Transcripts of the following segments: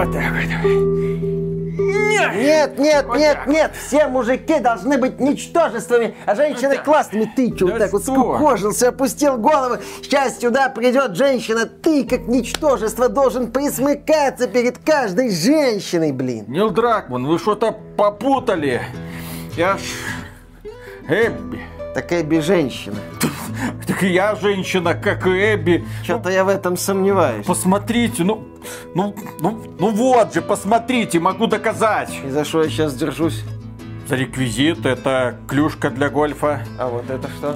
Вот так вот. Нет, все мужики должны быть ничтожествами, а женщины классными. Ты что, Да вот так вот что? скукожился, опустил голову. Сейчас сюда придет женщина, ты, как ничтожество, должен присмыкаться перед каждой женщиной, блин. Нил Дракман, вы что-то попутали. Я ж... Эбби. Так Эбби женщина. Так и я женщина, как и Эбби. Что-то я в этом сомневаюсь. Посмотрите, ну вот же, посмотрите, могу доказать. И за что я сейчас держусь? За реквизит, это клюшка для гольфа. А вот это что?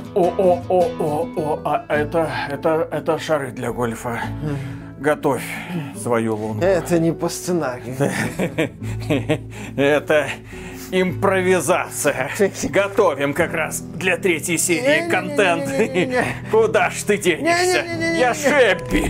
Это шары для гольфа. Готовь свою лунку. Это не по сценарию. Это импровизация. Готовим как раз для 3-й серии контент. Куда ж ты денешься? Я Шеппи.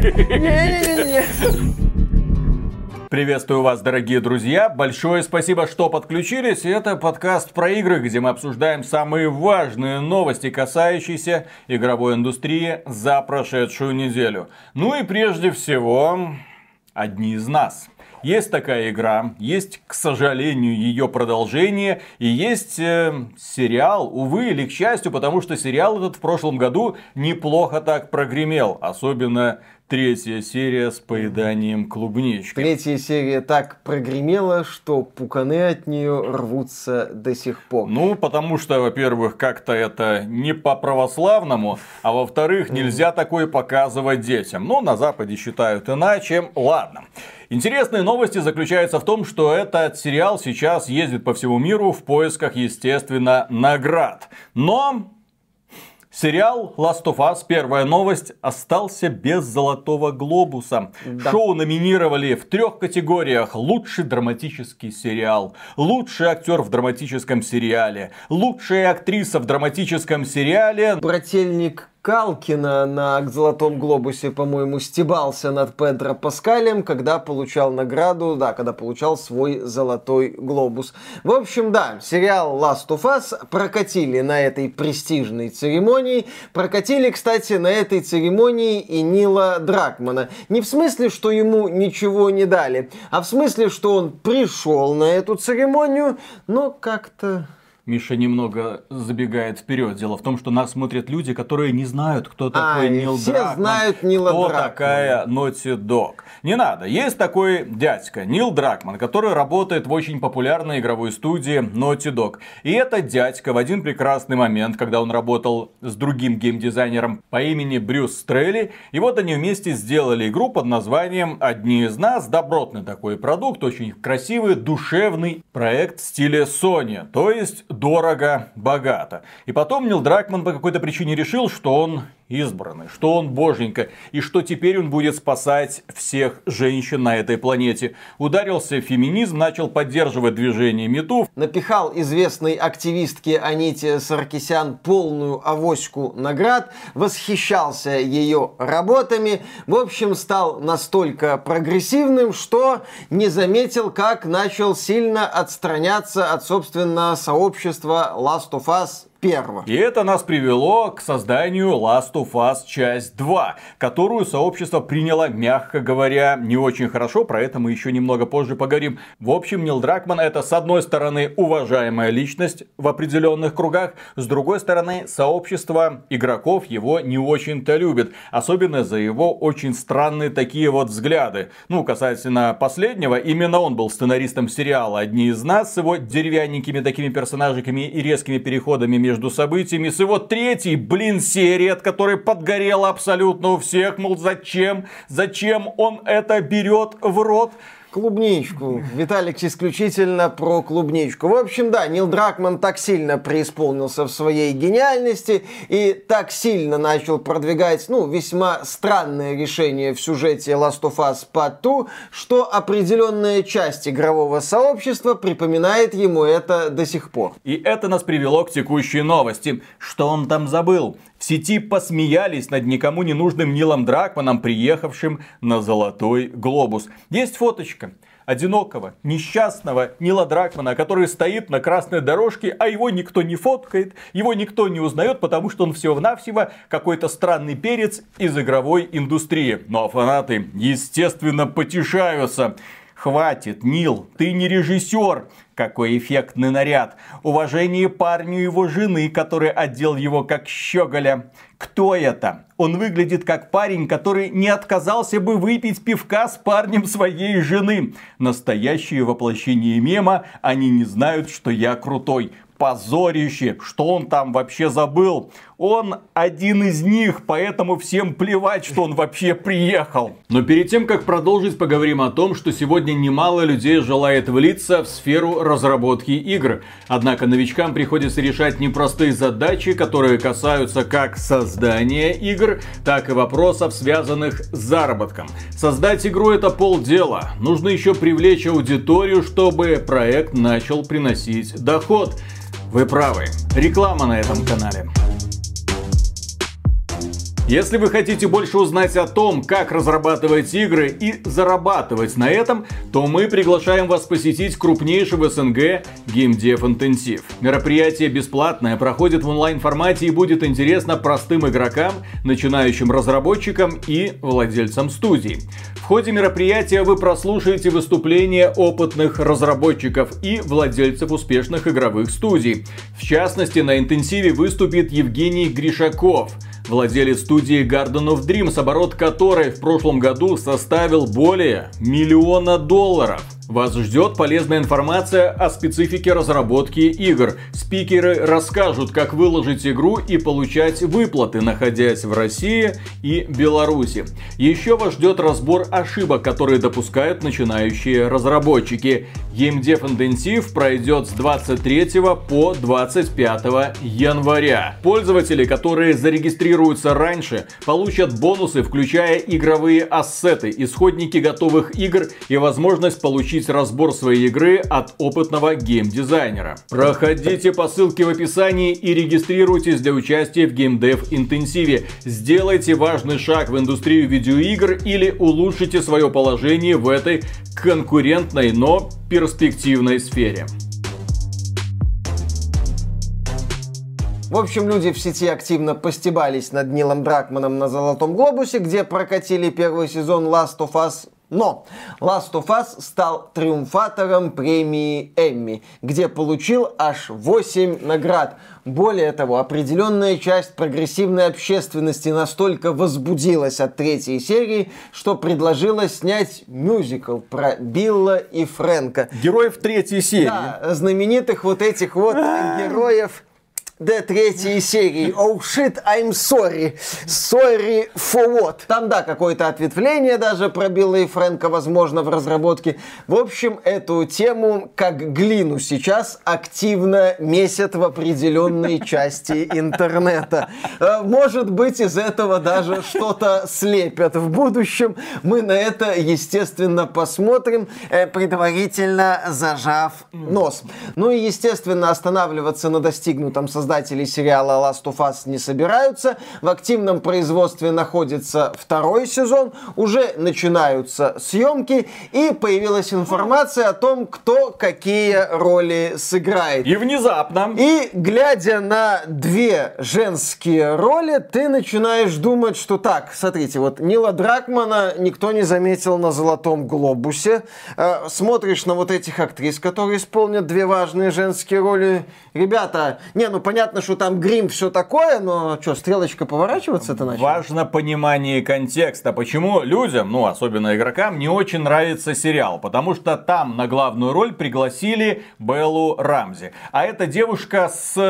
Приветствую вас, дорогие друзья. Большое спасибо, что подключились. Это подкаст про игры, где мы обсуждаем самые важные новости, касающиеся игровой индустрии за прошедшую неделю. Ну и прежде всего, одни из нас. Есть такая игра, есть, к сожалению, ее продолжение, и есть сериал, увы или к счастью, потому что сериал этот в прошлом году неплохо так прогремел, особенно 3-я серия с поеданием клубнички. 3-я серия так прогремела, что пуканы от нее рвутся до сих пор. Ну, потому что, во-первых, как-то это не по-православному, а во-вторых, нельзя такое показывать детям. Но на Западе считают иначе. Ладно. Интересные новости заключаются в том, что этот сериал сейчас ездит по всему миру в поисках, естественно, наград. Но сериал Last of Us, первая новость, остался без Золотого Глобуса. Да. Шоу номинировали в 3 категориях: лучший драматический сериал, лучший актер в драматическом сериале, лучшая актриса в драматическом сериале. Брательник Калкина на Золотом Глобусе, по-моему, стебался над Педро Паскалем, когда получал награду, когда получал свой Золотой Глобус. В общем, сериал Last of Us прокатили на этой престижной церемонии. Прокатили, кстати, на этой церемонии и Нила Дракмана. Не в смысле, что ему ничего не дали, а в смысле, что он пришел на эту церемонию, но как-то... Миша немного забегает вперед. Дело в том, что нас смотрят люди, которые не знают, кто такой Нил все Дракман, знают Нила кто Дракмана. такая Naughty Dog. Не надо. Есть такой дядька Нил Дракман, который работает в очень популярной игровой студии Naughty Dog. И этот дядька в один прекрасный момент, когда он работал с другим геймдизайнером по имени Брюс Стрелли, и вот они вместе сделали игру под названием «Одни из нас». Добротный такой продукт, очень красивый, душевный проект в стиле Sony. То есть дорого-богато. И потом Нил Дракман по какой-то причине решил, что он избранный, что он боженька, и что теперь он будет спасать всех женщин на этой планете. Ударился в феминизм, начал поддерживать движение МИТУ. Напихал известной активистке Аните Саркисян полную авоську наград, восхищался ее работами, в общем, стал настолько прогрессивным, что не заметил, как начал сильно отстраняться от, собственно, сообщества Last of Us первого. И это нас привело к созданию Last of Us часть 2, которую сообщество приняло, мягко говоря, не очень хорошо. Про это мы еще немного позже поговорим. В общем, Нил Дракман — это, с одной стороны, уважаемая личность в определенных кругах, с другой стороны, сообщество игроков его не очень-то любит. Особенно за его очень странные такие вот взгляды. Ну, касательно последнего, именно он был сценаристом сериала «Одни из нас» с его деревянненькими такими персонажиками и резкими переходами между событиями, с его 3-й, серии, от которой подгорело абсолютно у всех, мол, зачем он это берет в рот. Клубничку. Виталик исключительно про клубничку. В общем, Нил Дракман так сильно преисполнился в своей гениальности и так сильно начал продвигать, весьма странное решение в сюжете Last of Us Part 2, что определенная часть игрового сообщества припоминает ему это до сих пор. И это нас привело к текущей новости. Что он там забыл? В сети посмеялись над никому не нужным Нилом Дракманом, приехавшим на Золотой Глобус. Есть фоточка одинокого, несчастного Нила Дракмана, который стоит на красной дорожке, а его никто не фоткает, его никто не узнает, потому что он всего-навсего какой-то странный перец из игровой индустрии. Ну а фанаты, естественно, потешаются. Хватит, Нил, ты не режиссер. Какой эффектный наряд. Уважение парню его жены, который одел его как щеголя. Кто это? Он выглядит как парень, который не отказался бы выпить пивка с парнем своей жены. Настоящее воплощение мема. Они не знают, что я крутой. Позорище, что он там вообще забыл. Он один из них, поэтому всем плевать, что он вообще приехал. Но перед тем, как продолжить, поговорим о том, что сегодня немало людей желает влиться в сферу разработки игр. Однако новичкам приходится решать непростые задачи, которые касаются как создания игр, так и вопросов, связанных с заработком. Создать игру — это полдела. Нужно еще привлечь аудиторию, чтобы проект начал приносить доход. Вы правы. Реклама на этом канале. Если вы хотите больше узнать о том, как разрабатывать игры и зарабатывать на этом, то мы приглашаем вас посетить крупнейший в СНГ геймдев интенсив. Мероприятие бесплатное, проходит в онлайн-формате и будет интересно простым игрокам, начинающим разработчикам и владельцам студий. В ходе мероприятия вы прослушаете выступления опытных разработчиков и владельцев успешных игровых студий. В частности, на интенсиве выступит Евгений Гришаков, владелец студии Garden of Dreams, оборот которой в прошлом году составил более $1 миллиона. Вас ждет полезная информация о специфике разработки игр. Спикеры расскажут, как выложить игру и получать выплаты, находясь в России и Беларуси. Еще вас ждет разбор ошибок, которые допускают начинающие разработчики. Геймдев интенсив пройдет с 23 по 25 января. Пользователи, которые зарегистрируются раньше, получат бонусы, включая игровые ассеты, исходники готовых игр и возможность получить разбор своей игры от опытного геймдизайнера. Проходите по ссылке в описании и регистрируйтесь для участия в геймдев интенсиве. Сделайте важный шаг в индустрию видеоигр или улучшите свое положение в этой конкурентной, но перспективной сфере. В общем, люди в сети активно постебались над Нилом Дракманом на Золотом Глобусе, где прокатили первый сезон Last of Us. Но Last of Us стал триумфатором премии Эмми, где получил аж 8 наград. Более того, определенная часть прогрессивной общественности настолько возбудилась от третьей серии, что предложила снять мюзикл про Билла и Фрэнка. Героев третьей серии. Да, знаменитых вот этих вот героев третьей серии. Oh shit, I'm sorry. Sorry for what? Там, да, какое-то ответвление даже про Билла и Фрэнка, возможно, в разработке. В общем, эту тему, как глину, сейчас активно месят в определенной части интернета. Может быть, из этого даже что-то слепят в будущем. Мы на это, естественно, посмотрим, предварительно зажав нос. Ну и, естественно, останавливаться на достигнутом создателей сериала Last of Us не собираются. В активном производстве находится второй сезон. Уже начинаются съемки. И появилась информация о том, кто какие роли сыграет. И внезапно. И, глядя на две женские роли, ты начинаешь думать, что так, смотрите, вот Нила Дракмана никто не заметил на Золотом Глобусе. Смотришь на вот этих актрис, которые исполнят две важные женские роли. Ребята, понятно, что там грим, все такое, но что, стрелочка поворачиваться-то начала? Важно понимание контекста. Почему людям, особенно игрокам, не очень нравится сериал? Потому что там на главную роль пригласили Беллу Рамзи. А это девушка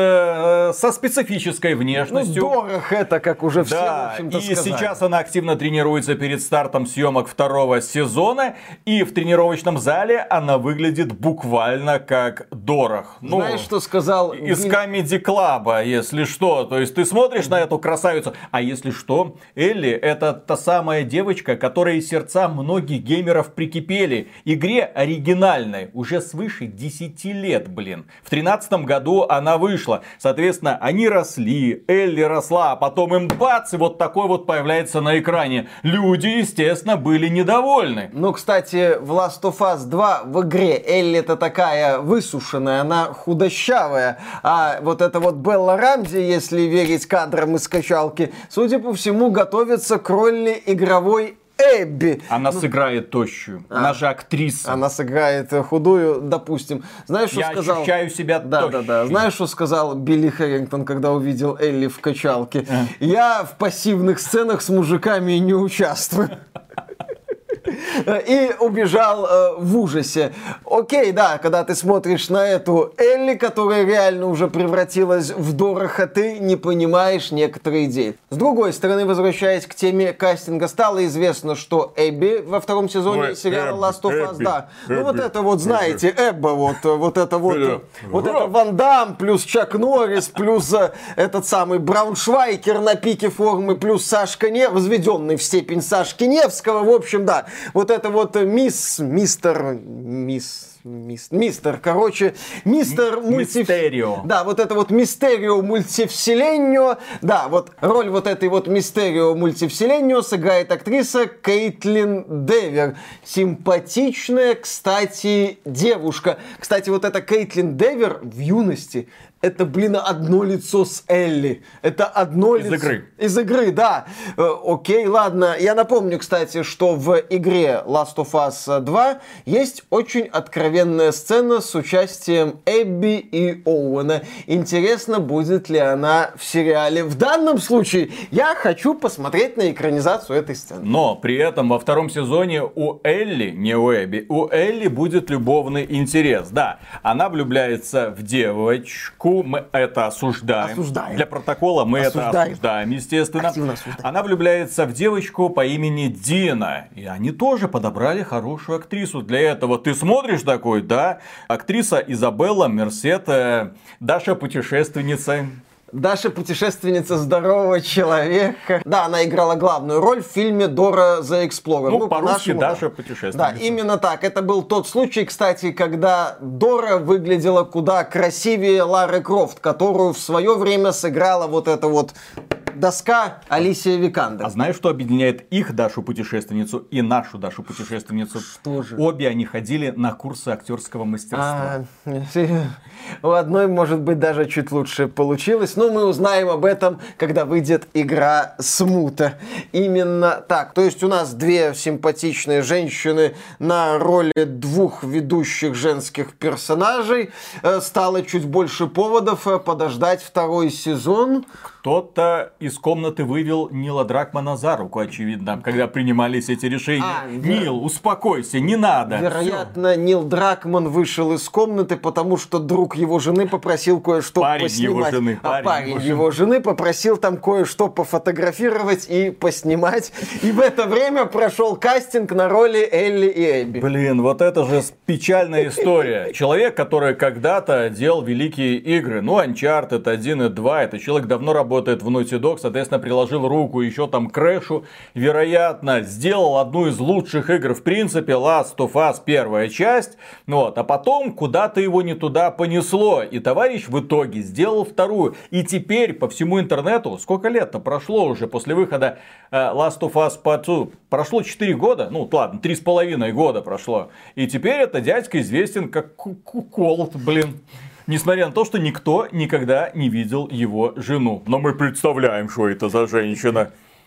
со специфической внешностью. Дорог это, как уже все, да, в общем-то, и сказали. сейчас она активно тренируется перед стартом съемок второго сезона. И в тренировочном зале она выглядит буквально как Дорох. Знаешь, что сказал? Из Comedy Club, если что. То есть ты смотришь на эту красавицу, а если что, Элли — это та самая девочка, которой сердца многих геймеров прикипели. Игре оригинальной уже свыше 10 лет, блин. В 2013 году она вышла. Соответственно, они росли, Элли росла, а потом им бац, и вот такой вот появляется на экране. Люди, естественно, были недовольны. Кстати, в Last of Us 2 в игре Элли-то такая высушенная, она худощавая, а вот эта вот Белла Рамзи, если верить кадрам из качалки, судя по всему, готовится к роли игровой Эбби. Она сыграет тощую. Она же актриса. Она сыграет худую, допустим. Знаешь, что Я сказал? ощущаю себя тощей. Да. Знаешь, что сказал Билли Хэрингтон, когда увидел Элли в качалке? Я в пассивных сценах с мужиками не участвую. И убежал в ужасе. Окей, да, когда ты смотришь на эту Элли, которая реально уже превратилась в Дороха, ты не понимаешь некоторые идеи. С другой стороны, возвращаясь к теме кастинга, стало известно, что Эбби во втором сезоне сериала Last of Us, да. Ну вот это вот, знаете, Эбба, вот это Ван Дамм, плюс Чак Норрис, плюс этот самый Брауншвайгер на пике формы, плюс Сашка возведенный в степень Сашки Невского, в общем, да. Вот это вот мистер Мистерио. Да, вот это вот Мистерио мультивселеннио. Да, вот роль вот этой вот Мистерио мультивселеннио сыграет актриса Кейтлин Девер. Симпатичная, кстати, девушка. Кстати, вот эта Кейтлин Девер в юности это, одно лицо с Элли. Это одно лицо... игры. Из игры, да. Окей, ладно. Я напомню, кстати, что в игре Last of Us 2 есть очень откровенная сцена с участием Эбби и Оуэна. Интересно, будет ли она в сериале. В данном случае я хочу посмотреть на экранизацию этой сцены. Но при этом во втором сезоне у Элли, не у Эбби, у Элли будет любовный интерес. Да, она влюбляется в девочку. Мы это осуждаем. Для протокола мы это осуждаем, естественно. Осуждаем. Она влюбляется в девочку по имени Дина. И они тоже подобрали хорошую актрису для этого. Ты смотришь такой, да? Актриса Изабелла Мерсет, Даша путешественница. Даша путешественница здорового человека. Да, она играла главную роль в фильме Дора the Explorer. Ну, по-русски Даша путешественница. Да, именно так. Это был тот случай, кстати, когда Дора выглядела куда красивее Лары Крофт, которую в свое время сыграла вот эта вот доска Алисия Викандер. А знаешь, что объединяет их Дашу-путешественницу и нашу Дашу-путешественницу? Что же? Обе они ходили на курсы актерского мастерства. У одной, может быть, даже чуть лучше получилось. Но мы узнаем об этом, когда выйдет игра Смута. Именно так. То есть у нас две симпатичные женщины на роли двух ведущих женских персонажей. Стало чуть больше поводов подождать второй сезон. Кто-то из комнаты вывел Нила Дракмана за руку, очевидно, когда принимались эти решения. Нил, успокойся, не надо. Вероятно, Всё. Нил Дракман вышел из комнаты, потому что друг его жены попросил кое-что поснимать. Парень его жены попросил там кое-что пофотографировать и поснимать. И в это время прошел кастинг на роли Элли и Эбби. Блин, вот это же печальная история. Человек, который когда-то делал великие игры, ну, Uncharted 1 и 2, это человек давно работает в Naughty Dog, соответственно, приложил руку еще там к Крэшу, вероятно, сделал одну из лучших игр в принципе, Last of Us первая часть, вот, а потом куда-то его не туда понесло, и товарищ в итоге сделал вторую, и теперь по всему интернету, сколько лет-то прошло уже после выхода Last of Us Part 2, прошло 4 года, ну ладно, 3,5 года прошло, и теперь это дядька известен как Куколд, блин. Несмотря на то, что никто никогда не видел его жену. Но мы представляем, что это за женщина.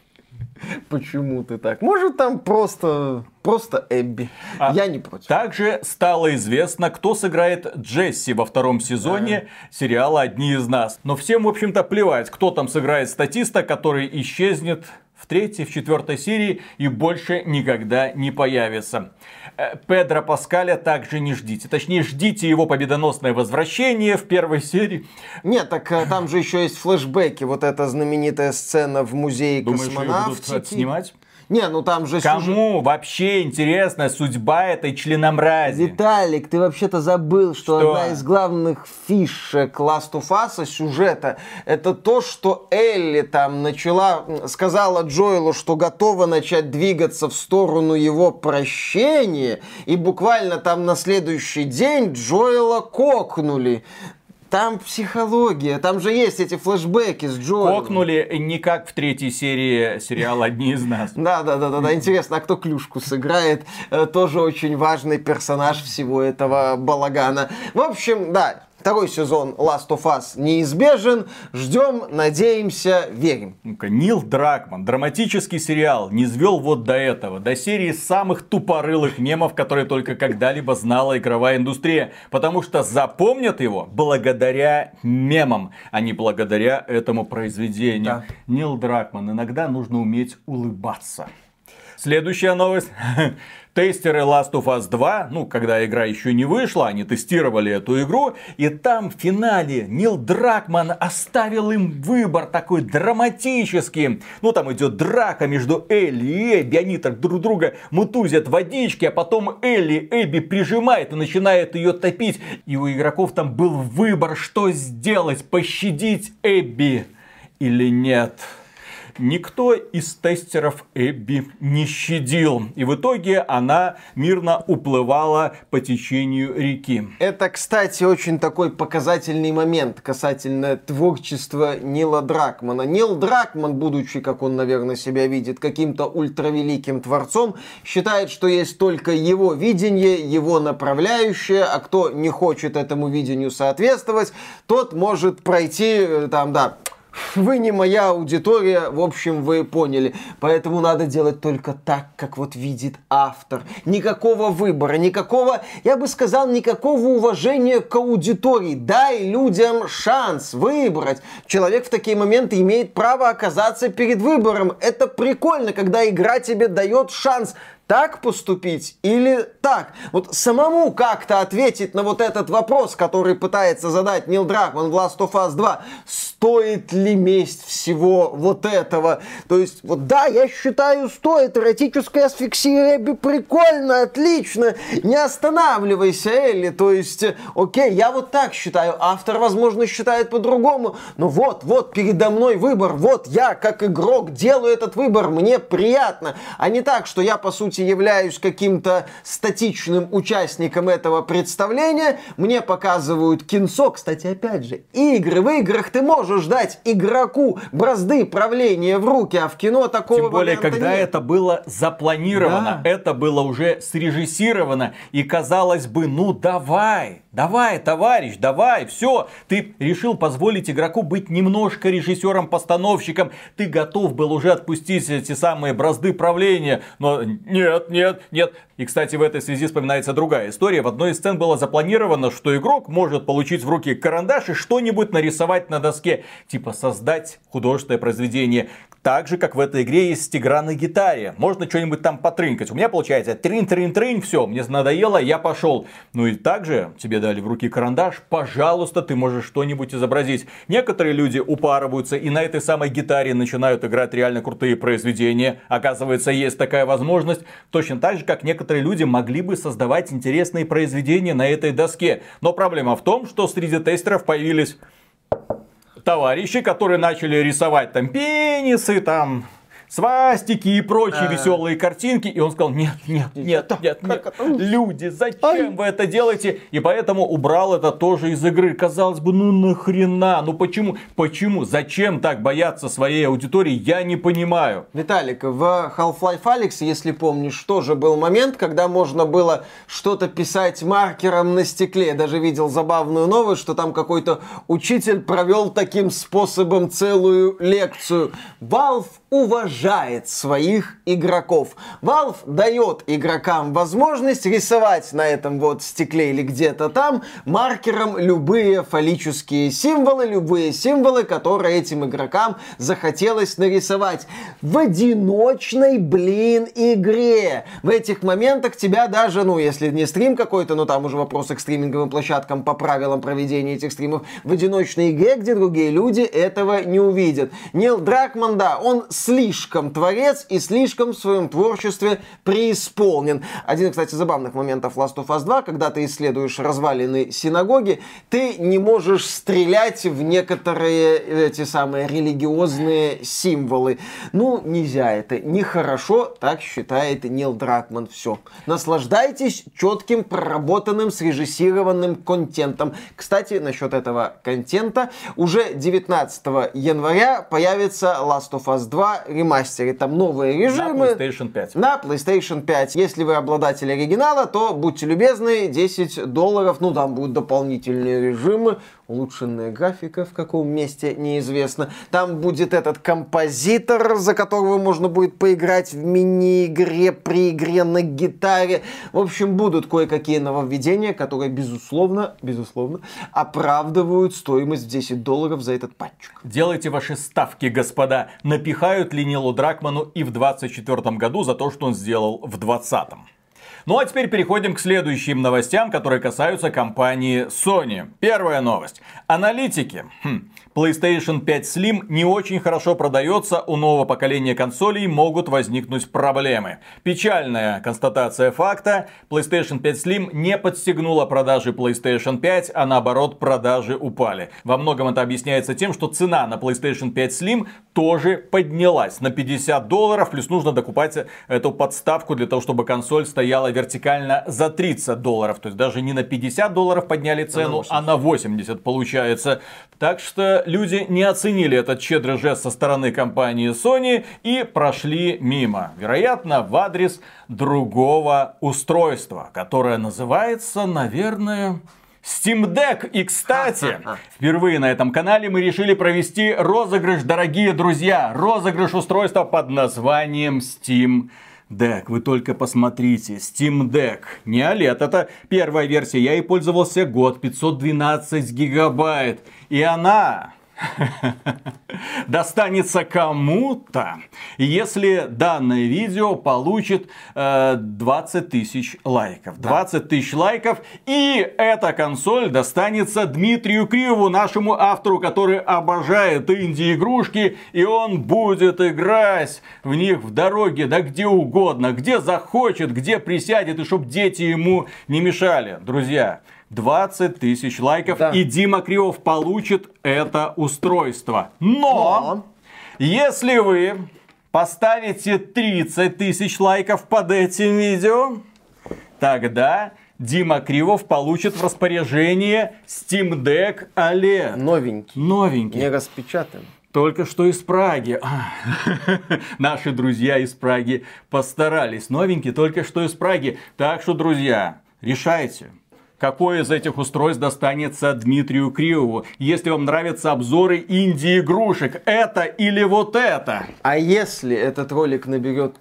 Почему ты так? Может, там просто Эбби. Я не против. Также стало известно, кто сыграет Джесси во втором сезоне сериала «Одни из нас». Но всем, в общем-то, плевать, кто там сыграет статиста, который исчезнет в 3-й, в 4-й серии и больше никогда не появится. Педро Паскаля также не ждите. Точнее, ждите его победоносное возвращение в 1-й серии. Нет, так там же еще есть флешбеки. Вот эта знаменитая сцена в музее космонавтики. Думаешь, ее будут отснимать? Не, ну там же... Кому вообще интересна судьба этой членомрази? Виталик, ты вообще-то забыл, что одна из главных фишек Last of Us сюжета, это то, что Элли там сказала Джоэлу, что готова начать двигаться в сторону его прощения, и буквально там на следующий день Джоэла кокнули. Там психология, там же есть эти флешбеки с Джоэлом. Кокнули не как в 3-й серии сериала «Одни из нас». Да. Интересно, а кто Клюшку сыграет? Тоже очень важный персонаж всего этого балагана. В общем, да. Второй сезон Last of Us неизбежен. Ждем, надеемся, верим. Нил Дракман, драматический сериал, низвел вот до этого, до серии самых тупорылых мемов, которые только когда-либо знала игровая индустрия. Потому что запомнят его благодаря мемам, а не благодаря этому произведению. Да. Нил Дракман, иногда нужно уметь улыбаться. Следующая новость. Тестеры Last of Us 2, когда игра еще не вышла, они тестировали эту игру, и там в финале Нил Дракман оставил им выбор такой драматический. Там идет драка между Элли и Эбби, они так друг друга мутузят в водичке, а потом Эбби прижимает и начинает ее топить. И у игроков там был выбор, что сделать, пощадить Эбби или нет. Никто из тестеров Эбби не щадил. И в итоге она мирно уплывала по течению реки. Это, кстати, очень такой показательный момент касательно творчества Нила Дракмана. Нил Дракман, будучи, как он, наверное, себя видит, каким-то ультравеликим творцом, считает, что есть только его видение, его направляющее, а кто не хочет этому видению соответствовать, тот может пройти вы не моя аудитория, в общем, вы поняли. Поэтому надо делать только так, как вот видит автор. Никакого выбора, я бы сказал, никакого уважения к аудитории. Дай людям шанс выбрать. Человек в такие моменты имеет право оказаться перед выбором. Это прикольно, когда игра тебе дает шанс так поступить или так. Вот самому как-то ответить на вот этот вопрос, который пытается задать Нил Дракман в Last of Us 2. Стоит ли месть всего вот этого? То есть, я считаю, стоит. Эротическая асфиксия Эбби прикольно, отлично. Не останавливайся, Элли. То есть, окей, я вот так считаю. Автор, возможно, считает по-другому. Но вот передо мной выбор. Вот я, как игрок, делаю этот выбор. Мне приятно. А не так, что я, по сути, являюсь каким-то статичным участником этого представления. Мне показывают кинцо. Кстати, опять же, в играх ты можешь дать игроку бразды правления в руки, а в кино такого Тем более, когда нет. Это было запланировано, это было уже срежиссировано, и казалось бы, давай, товарищ, все, ты решил позволить игроку быть немножко режиссером-постановщиком, ты готов был уже отпустить эти самые бразды правления, но нет. И, кстати, в этой связи вспоминается другая история. В одной из сцен было запланировано, что игрок может получить в руки карандаш и что-нибудь нарисовать на доске. Типа создать художественное произведение. Так же, как в этой игре есть игра на гитаре. Можно что-нибудь там потрынкать. У меня получается трин-трин-трин, все, мне надоело, я пошел. И также тебе дали в руки карандаш, пожалуйста, ты можешь что-нибудь изобразить. Некоторые люди упарываются и на этой самой гитаре начинают играть реально крутые произведения. Оказывается, есть такая возможность. Точно так же, как некоторые люди могли бы создавать интересные произведения на этой доске. Но проблема в том, что среди тестеров появились товарищи, которые начали рисовать там пенисы, там свастики и прочие веселые картинки. И он сказал, нет, люди, зачем вы это делаете? И поэтому убрал это тоже из игры. Казалось бы, нахрена? Почему? Зачем так бояться своей аудитории? Я не понимаю. Виталик, в Half-Life Alyx, если помнишь, тоже был момент, когда можно было что-то писать маркером на стекле. Я даже видел забавную новость, что там какой-то учитель провел таким способом целую лекцию. Valve уважает своих игроков. Valve дает игрокам возможность рисовать на этом стекле или где-то там маркером любые фаллические символы, которые этим игрокам захотелось нарисовать. В одиночной, игре. В этих моментах тебя даже, если не стрим какой-то, но там уже вопросы к стриминговым площадкам по правилам проведения этих стримов, в одиночной игре, где другие люди этого не увидят. Нил Дракман, он слишком творец и слишком в своем творчестве преисполнен. Один, кстати, забавных моментов Last of Us 2, когда ты исследуешь развалины синагоги, ты не можешь стрелять в некоторые эти самые религиозные символы. Нельзя, это нехорошо, так считает Нил Дракман. Все. Наслаждайтесь четким, проработанным, срежиссированным контентом. Кстати, насчет этого контента, уже 19 января появится Last of Us 2 ремастер. ремастере. Там новые режимы. На PlayStation 5. На PlayStation 5. Если вы обладатель оригинала, то будьте любезны, $10. Ну, там будут дополнительные режимы. Улучшенная графика в каком месте, неизвестно. Там будет этот композитор, за которого можно будет поиграть в мини-игре, при игре на гитаре. В общем, будут кое-какие нововведения, которые, безусловно, оправдывают стоимость в $10 за этот патчик. Делайте ваши ставки, господа. Напихают ли Нилу Дракману и в 2024 году за то, что он сделал в 2020? Ну а теперь переходим к следующим новостям, которые касаются компании Sony. Первая новость. Аналитики. PlayStation 5 Slim не очень хорошо продается, у нового поколения консолей могут возникнуть проблемы. Печальная констатация факта. PlayStation 5 Slim не подстегнула продажи PlayStation 5, а наоборот продажи упали. Во многом это объясняется тем, что цена на PlayStation 5 Slim тоже поднялась на $50, плюс нужно докупать эту подставку для того, чтобы консоль стояла вертикально за $30. То есть даже не на $50 подняли цену, а на 80 получается. Так что люди не оценили этот щедрый жест со стороны компании Sony и прошли мимо. Вероятно, в адрес другого устройства, которое называется, наверное, Steam Deck. И, кстати, впервые на этом канале мы решили провести розыгрыш, дорогие друзья. Розыгрыш устройства под названием Steam Deck. Вы только посмотрите. Steam Deck. Не OLED. Это первая версия. Я ей пользовался год. 512 гигабайт. И она достанется кому-то, если данное видео получит 20 тысяч лайков. 20 тысяч лайков. И эта консоль достанется Дмитрию Кривову, нашему автору, который обожает инди-игрушки. И он будет играть в них в дороге, да где угодно, где захочет, где присядет, и чтобы дети ему не мешали. Друзья, 20 тысяч лайков, да. И Дима Кривов получит это устройство. Но если вы поставите 30 тысяч лайков под этим видео, тогда Дима Кривов получит в распоряжение Steam Deck OLED. Новенький. Не распечатан. Только что из Праги. Наши друзья из Праги постарались. Новенький только что из Праги. Так что, друзья, решайте, какое из этих устройств достанется Дмитрию Кривову. Если вам нравятся обзоры инди-игрушек, это или вот это. А если этот ролик наберет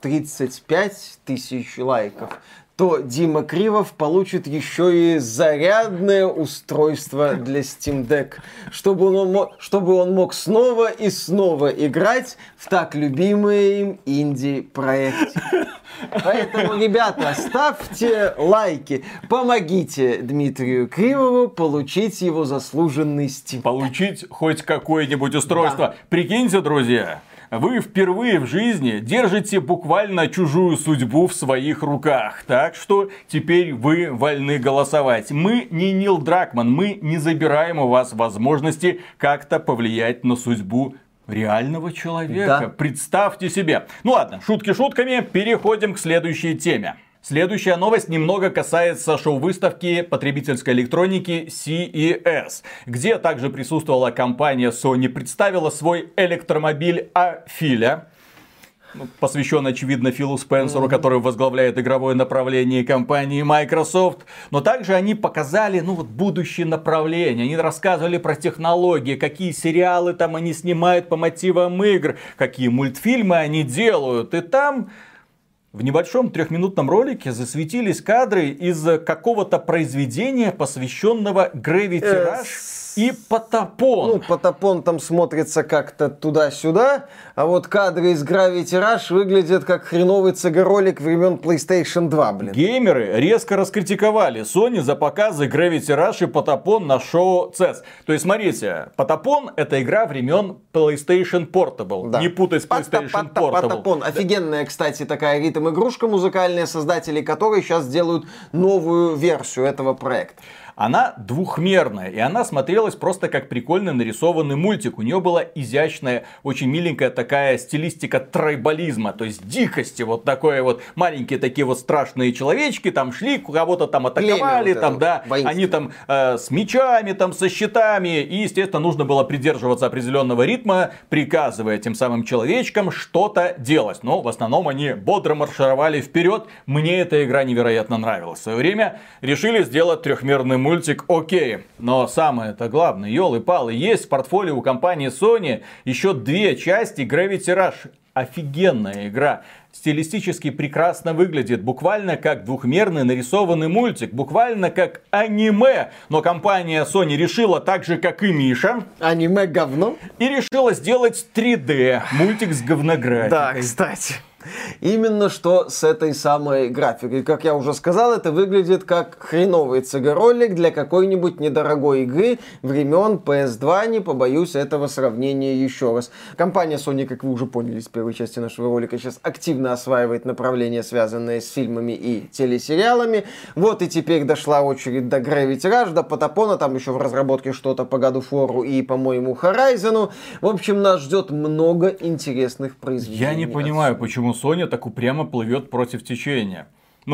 35 тысяч лайков, то Дима Кривов получит еще и зарядное устройство для Steam Deck, чтобы он мог снова и снова играть в так любимые им инди-проекты. Поэтому, ребята, ставьте лайки, помогите Дмитрию Кривову получить его заслуженный Steam Deck. Получить хоть какое-нибудь устройство. Да. Прикиньте, друзья. Вы впервые в жизни держите буквально чужую судьбу в своих руках. Так что теперь вы вольны голосовать. Мы не Нил Дракман, мы не забираем у вас возможности как-то повлиять на судьбу реального человека. Да. Представьте себе. Ну ладно, шутки шутками, переходим к следующей теме. Следующая новость немного касается шоу-выставки потребительской электроники CES, где также присутствовала компания Sony, представила свой электромобиль Афиля, посвящен, очевидно, Филу Спенсеру, который возглавляет игровое направление компании Microsoft. Но также они показали, будущее направление. Они рассказывали про технологии, какие сериалы там они снимают по мотивам игр, какие мультфильмы они делают. И там в небольшом 3-минутном ролике засветились кадры из какого-то произведения, посвященного Gravity Rush и Потапон. Потапон там смотрится как-то туда-сюда, а вот кадры из Gravity Rush выглядят как хреновый CG-ролик времен PlayStation 2, Геймеры резко раскритиковали Sony за показы Gravity Rush и Потапон на шоу CES. То есть, смотрите, Потапон — это игра времен PlayStation Portable. Да. Не путать с PlayStation Portable. Потапон. Офигенная, кстати, такая ритм-игрушка музыкальная, создатели которой сейчас делают новую версию этого проекта. Она двухмерная, и она смотрелась просто как прикольно нарисованный мультик. У нее была изящная, очень миленькая такая стилистика трайбализма, то есть дикости, вот такое вот, маленькие такие вот страшные человечки там шли, кого-то там атаковали, там, да, они там с мечами, там, со щитами, и, естественно, нужно было придерживаться определенного ритма, приказывая тем самым человечкам что-то делать. Но в основном они бодро маршировали вперед. Мне эта игра невероятно нравилась. В свое время решили сделать трехмерный мультик, окей. Но самое-то главное, ёлы-палы, есть в портфолио у компании Sony еще две части Gravity Rush. Офигенная игра. Стилистически прекрасно выглядит. Буквально как двухмерный нарисованный мультик. Буквально как аниме. Но компания Sony решила так же, как и Миша. Аниме говно. И решила сделать 3D. Мультик с говнографикой. Да, кстати. Именно что с этой самой графикой. Как я уже сказал, это выглядит как хреновый CG-ролик для какой-нибудь недорогой игры времен PS2. Не побоюсь этого сравнения еще раз. Компания Sony, как вы уже поняли с первой части нашего ролика, сейчас активно осваивает направления, связанные с фильмами и телесериалами. Вот и теперь дошла очередь до Gravity Rush, до Потапона. Там еще в разработке что-то по God of War и, по-моему, Horizon. В общем, нас ждет много интересных произведений. Я не понимаю, почему Sony так упрямо плывет против течения.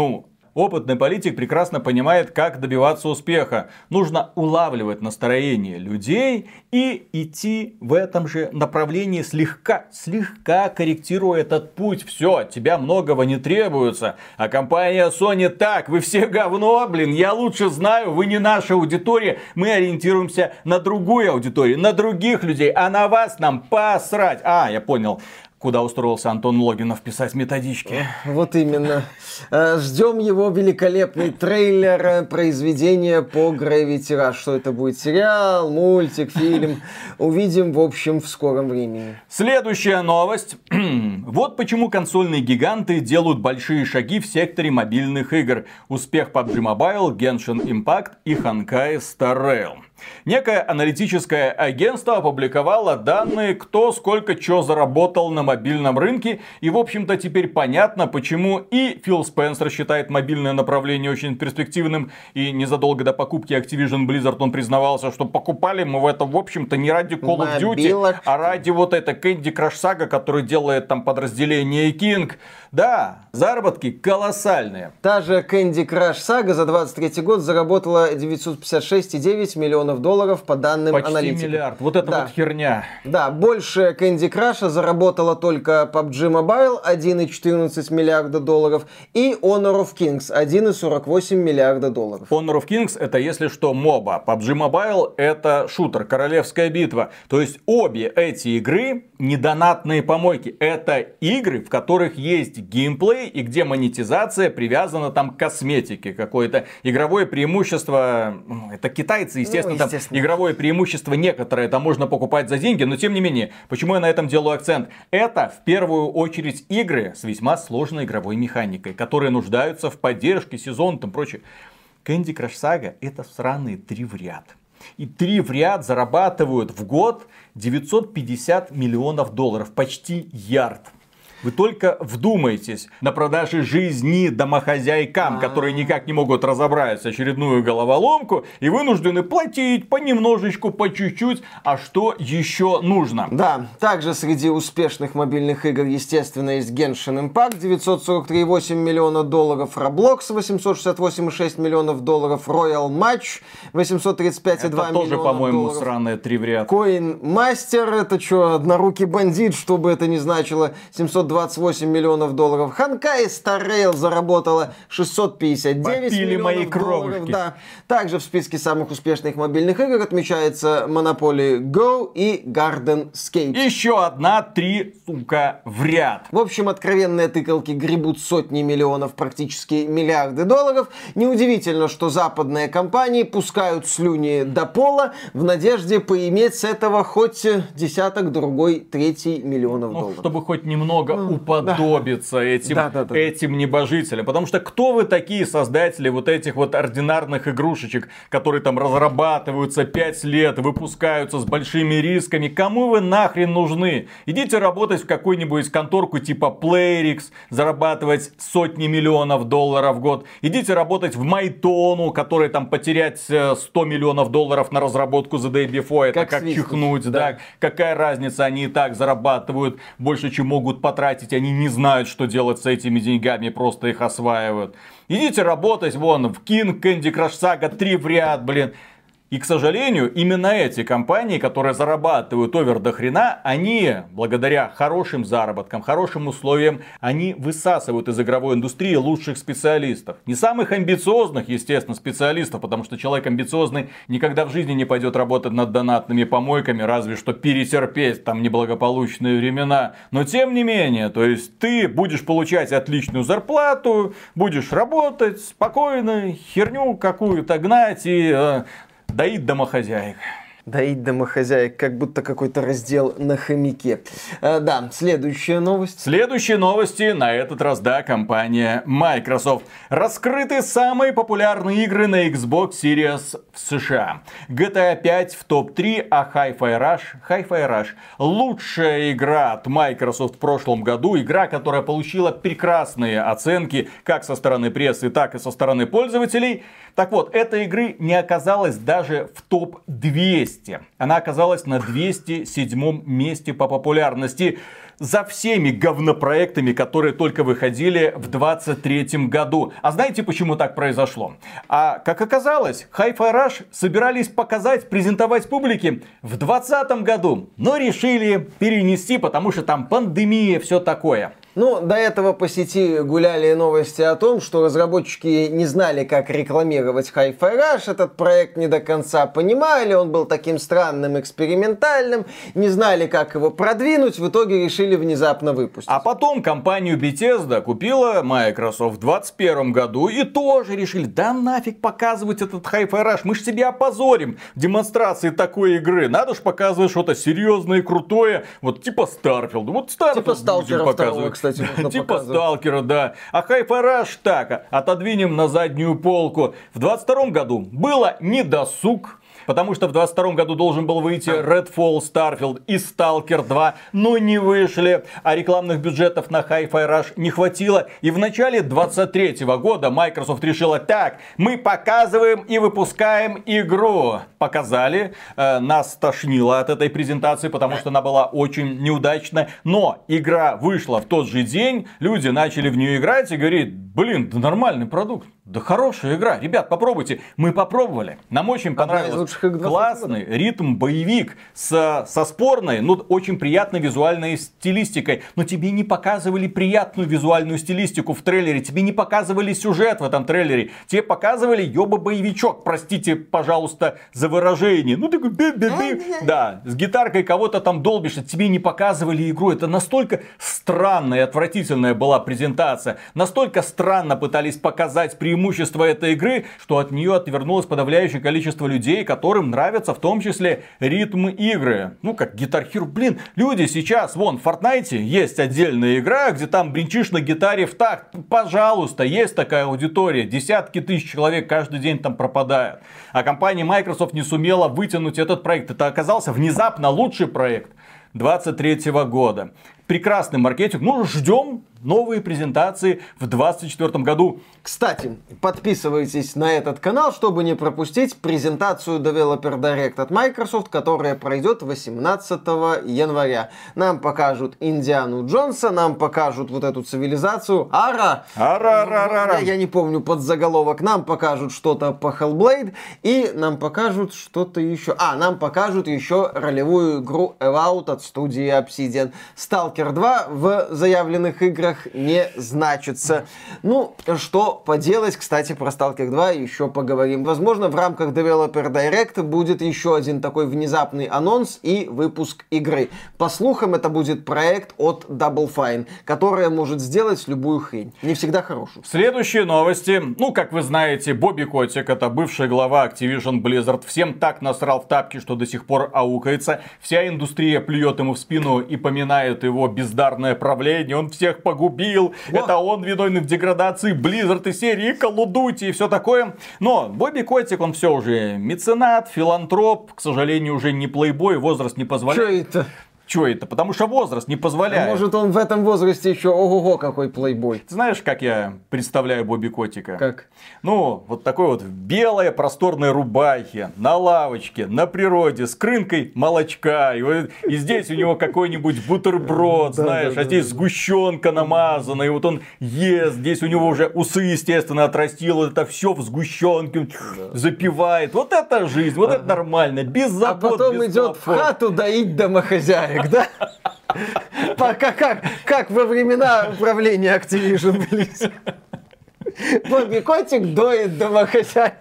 Опытный политик прекрасно понимает, как добиваться успеха. Нужно улавливать настроение людей и идти в этом же направлении, слегка корректируя этот путь. Все, от тебя многого не требуется. А компания Sony так, вы все говно, я лучше знаю, вы не наша аудитория. Мы ориентируемся на другую аудиторию, на других людей, а на вас нам посрать. Я понял. Куда устроился Антон Логинов писать методички. Вот именно. Ждем его великолепный трейлер произведения по Gravity Rush. Что это будет? Сериал, мультик, фильм? Увидим, в общем, в скором времени. Следующая новость. Вот почему консольные гиганты делают большие шаги в секторе мобильных игр. Успех PUBG Mobile, Genshin Impact и Honkai Star Rail. Некое аналитическое агентство опубликовало данные, кто сколько чё заработал на мобильном рынке. И, в общем-то, теперь понятно, почему и Фил Спенсер считает мобильное направление очень перспективным. И незадолго до покупки Activision Blizzard он признавался, что покупали мы в это, в общем-то, не ради Call of Duty, а ради вот этой Candy Crush Saga, который делает там подразделение King. Да, заработки колоссальные. Та же Candy Crush Saga за 23 год заработала 956,9 миллионов долларов по данным аналитиков. Почти миллиард. Вот это вот херня. Да, больше Candy Crush заработала только PUBG Mobile 1,14 миллиарда долларов и Honor of Kings 1,48 миллиарда долларов. Honor of Kings это, если что, моба. PUBG Mobile это шутер, королевская битва. То есть обе эти игры недонатные помойки. Это игры, в которых есть геймплей и где монетизация привязана там к косметике какой-то. Игровое преимущество, это китайцы, естественно, там игровое преимущество некоторое там можно покупать за деньги, но тем не менее, почему я на этом делаю акцент? Это в первую очередь игры с весьма сложной игровой механикой, которые нуждаются в поддержке, сезон и прочее. Candy Crush Saga это сраные 3 в ряд. И 3 в ряд зарабатывают в год 950 миллионов долларов, почти ярд. Вы только вдумайтесь, на продаже жизни домохозяйкам, которые никак не могут разобрать очередную головоломку и вынуждены платить понемножечку, по чуть-чуть, а что еще нужно? Да, также среди успешных мобильных игр, естественно, есть Genshin Impact, 943,8 миллиона долларов, Roblox, 868,6 миллионов долларов, Royal Match, 835,2 миллиона долларов. Это тоже, по-моему, сраные 3 в ряд. Coin Master, это что, однорукий бандит, что бы это ни значило, 728 миллионов долларов. Honkai Star Rail заработала 659 миллионов долларов. Да. Также в списке самых успешных мобильных игр отмечается Monopoly Go и Gardenscape. Еще одна 3, сука, в ряд. В общем, откровенные тыкалки гребут сотни миллионов, практически миллиарды долларов. Неудивительно, что западные компании пускают слюни до пола в надежде поиметь с этого хоть десяток, другой, третий миллионов долларов. Чтобы хоть немного уподобиться этим небожителям. Потому что кто вы такие создатели вот этих вот ординарных игрушечек, которые там разрабатываются 5 лет, выпускаются с большими рисками? Кому вы нахрен нужны? Идите работать в какую-нибудь конторку типа Playrix, зарабатывать сотни миллионов долларов в год. Идите работать в Майтону, который там потерять 100 миллионов долларов на разработку The Day Before. Это как чихнуть, да. Какая разница, они и так зарабатывают больше, чем могут потратить. Они не знают, что делать с этими деньгами, просто их осваивают. Идите работать вон в King, Candy Crush Saga 3 в ряд, блин. И, к сожалению, именно эти компании, которые зарабатывают овер до хрена, они, благодаря хорошим заработкам, хорошим условиям, они высасывают из игровой индустрии лучших специалистов. Не самых амбициозных, естественно, специалистов, потому что человек амбициозный никогда в жизни не пойдет работать над донатными помойками, разве что перетерпеть там неблагополучные времена. Но тем не менее, то есть ты будешь получать отличную зарплату, будешь работать спокойно, херню какую-то гнать и... доить домохозяек. Доить домохозяек, как будто какой-то раздел на хомяке. Да, следующая новость. Следующие новости, на этот раз, да, компания Microsoft. Раскрыты самые популярные игры на Xbox Series в США. GTA 5 в топ-3, а Hi-Fi Rush лучшая игра от Microsoft в прошлом году. Игра, которая получила прекрасные оценки, как со стороны прессы, так и со стороны пользователей. Так вот, этой игры не оказалось даже в топ-200. Она оказалась на 207 месте по популярности. За всеми говнопроектами, которые только выходили в 2023 году. А знаете, почему так произошло? А как оказалось, Hi-Fi Rush собирались показать, презентовать публике в 2020 году. Но решили перенести, потому что там пандемия, все такое. Ну, до этого по сети гуляли новости о том, что разработчики не знали, как рекламировать Hi-Fi Rush. Этот проект не до конца понимали, он был таким странным, экспериментальным. Не знали, как его продвинуть, в итоге решили внезапно выпустить. А потом компанию Bethesda купила Microsoft в 2021 году и тоже решили, да нафиг показывать этот Hi-Fi Rush, мы ж себя опозорим в демонстрации такой игры. Надо ж показывать что-то серьезное и крутое, вот типа Starfield. Вот Starfield типа Сталкера показывать. Кстати, типа Сталкера, да. А Hi-Fi Rush так, отодвинем на заднюю полку. В 2022 году было недосуг. Потому что в 2022 году должен был выйти Redfall, Starfield и Stalker 2, но не вышли. А рекламных бюджетов на Hi-Fi Rush не хватило. И в начале 2023 года Microsoft решила, так, мы показываем и выпускаем игру. Показали, нас тошнило от этой презентации, потому что она была очень неудачная. Но игра вышла в тот же день, люди начали в нее играть и говорить, блин, да нормальный продукт. Да хорошая игра, ребят, попробуйте. Мы попробовали, нам очень понравилось. Классный ритм, боевик со спорной, но очень приятной визуальной стилистикой. Но тебе не показывали приятную визуальную стилистику в трейлере, тебе не показывали сюжет в этом трейлере, тебе показывали ёба-боевичок, простите, пожалуйста, за выражение. Ну такой да, с гитаркой кого-то там долбишь, тебе не показывали игру. Это настолько странная и отвратительная была презентация, настолько странно пытались показать преимущество этой игры, что от нее отвернулось подавляющее количество людей, которым нравятся в том числе ритм игры. Ну как Guitar Hero, блин, люди сейчас, вон в Fortnite есть отдельная игра, где там бренчишь на гитаре в такт. Пожалуйста, есть такая аудитория, десятки тысяч человек каждый день там пропадают. А компания Microsoft не сумела вытянуть этот проект. Это оказался внезапно лучший проект 2023 года. Прекрасный маркетинг. Ну, ждем новые презентации в 2024 году. Кстати, подписывайтесь на этот канал, чтобы не пропустить презентацию Developer Direct от Microsoft, которая пройдет 18 января. Нам покажут Индиану Джонса, нам покажут вот эту цивилизацию Ара. Я не помню подзаголовок. Нам покажут что-то по Hellblade и нам покажут что-то еще. Нам покажут еще ролевую игру Evout от студии Obsidian. Stalker 2 в заявленных играх не значится. Ну, что поделать, кстати, про Stalker 2 еще поговорим. Возможно, в рамках Developer Direct будет еще один такой внезапный анонс и выпуск игры. По слухам, это будет проект от Double Fine, которая может сделать любую хрень. Не всегда хорошую. Следующие новости. Ну, как вы знаете, Бобби Котик, это бывший глава Activision Blizzard, всем так насрал в тапки, что до сих пор аукается. Вся индустрия плюет ему в спину и поминает его бездарное правление, он всех погубил, это он виновен в деградации Blizzard и серии Call of Duty и все такое. Но Бобби Котик, он все уже меценат, филантроп, к сожалению, уже не плейбой, возраст не позволяет. Что это? Чё это? Потому что возраст не позволяет. А может, он в этом возрасте еще ого-го какой плейбой. Ты знаешь, как я представляю Бобби Котика? Как? Ну, вот такой вот в белой просторной рубахе, на лавочке, на природе, с крынкой молочка. И здесь у него какой-нибудь бутерброд, знаешь, а здесь сгущенка намазана. И вот он ест, здесь у него уже усы, естественно, отрастил. Вот это все в сгущенке запивает. Вот это жизнь, вот это нормально. Без забот, а потом без идет в хлопот. хату доить домохозяек, да? Как во времена управления Activision Blizzard. Бобби Котик доит домохозяек.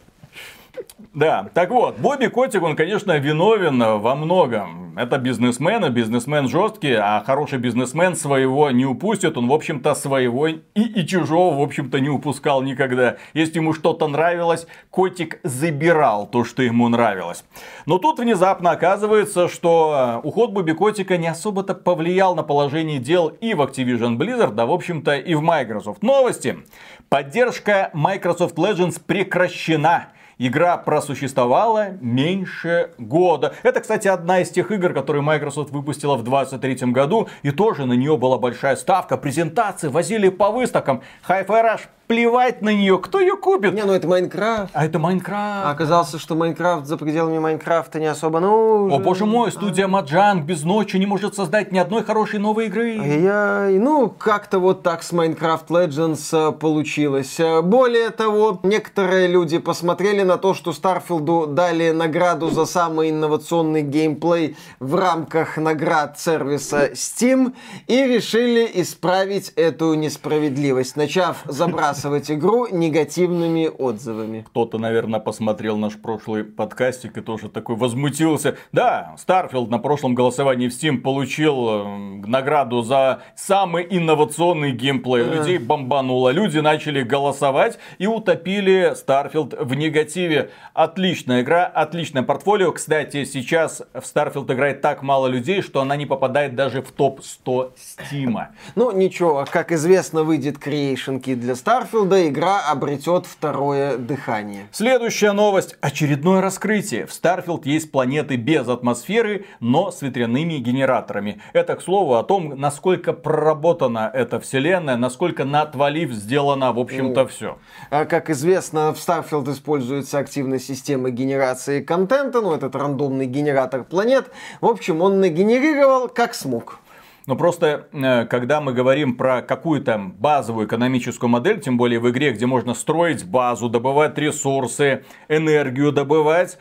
Да, так вот, Бобби Котик, он, конечно, виновен во многом. Это бизнесмен жесткий, а хороший бизнесмен своего не упустит. Он, в общем-то, своего и чужого, в общем-то, не упускал никогда. Если ему что-то нравилось, Котик забирал то, что ему нравилось. Но тут внезапно оказывается, что уход Бобби Котика не особо-то повлиял на положение дел и в Activision Blizzard, да, в общем-то, и в Microsoft. Новости. Поддержка Microsoft Legends прекращена. Игра просуществовала меньше года. Это, кстати, одна из тех игр, которые Microsoft выпустила в 2023 году. И тоже на нее была большая ставка. Презентации возили по выставкам. Hi-Fi Rush. Плевать на нее, кто ее купит? Не, ну это Майнкрафт. А это Майнкрафт. А оказалось, что Майнкрафт за пределами Майнкрафта не особо нужен. О боже мой, студия Mojang без ночи не может создать ни одной хорошей новой игры. Ай-яй, ну как-то вот так с Minecraft Legends получилось. Более того, некоторые люди посмотрели на то, что Старфилду дали награду за самый инновационный геймплей в рамках наград сервиса Steam и решили исправить эту несправедливость, начав забрасывать игру негативными отзывами. Кто-то, наверное, посмотрел наш прошлый подкастик и тоже такой возмутился. Да, Starfield на прошлом голосовании в Steam получил награду за самый инновационный геймплей. Людей бомбануло. Люди начали голосовать и утопили Starfield в негативе. Отличная игра, отличное портфолио. Кстати, сейчас в Starfield играет так мало людей, что она не попадает даже в топ-100 Steam. Ну ничего, как известно, выйдет Creation Kit для Starfield, игра обретет второе дыхание. Следующая новость. Очередное раскрытие. В Starfield есть планеты без атмосферы, но с ветряными генераторами. Это, к слову, о том, насколько проработана эта вселенная, насколько на отвалив сделано, в общем-то, все. Как известно, в Starfield используется активная система генерации контента, ну, этот рандомный генератор планет. В общем, он нагенерировал как смог. Но просто, когда мы говорим про какую-то базовую экономическую модель, тем более в игре, где можно строить базу, добывать ресурсы, энергию добывать,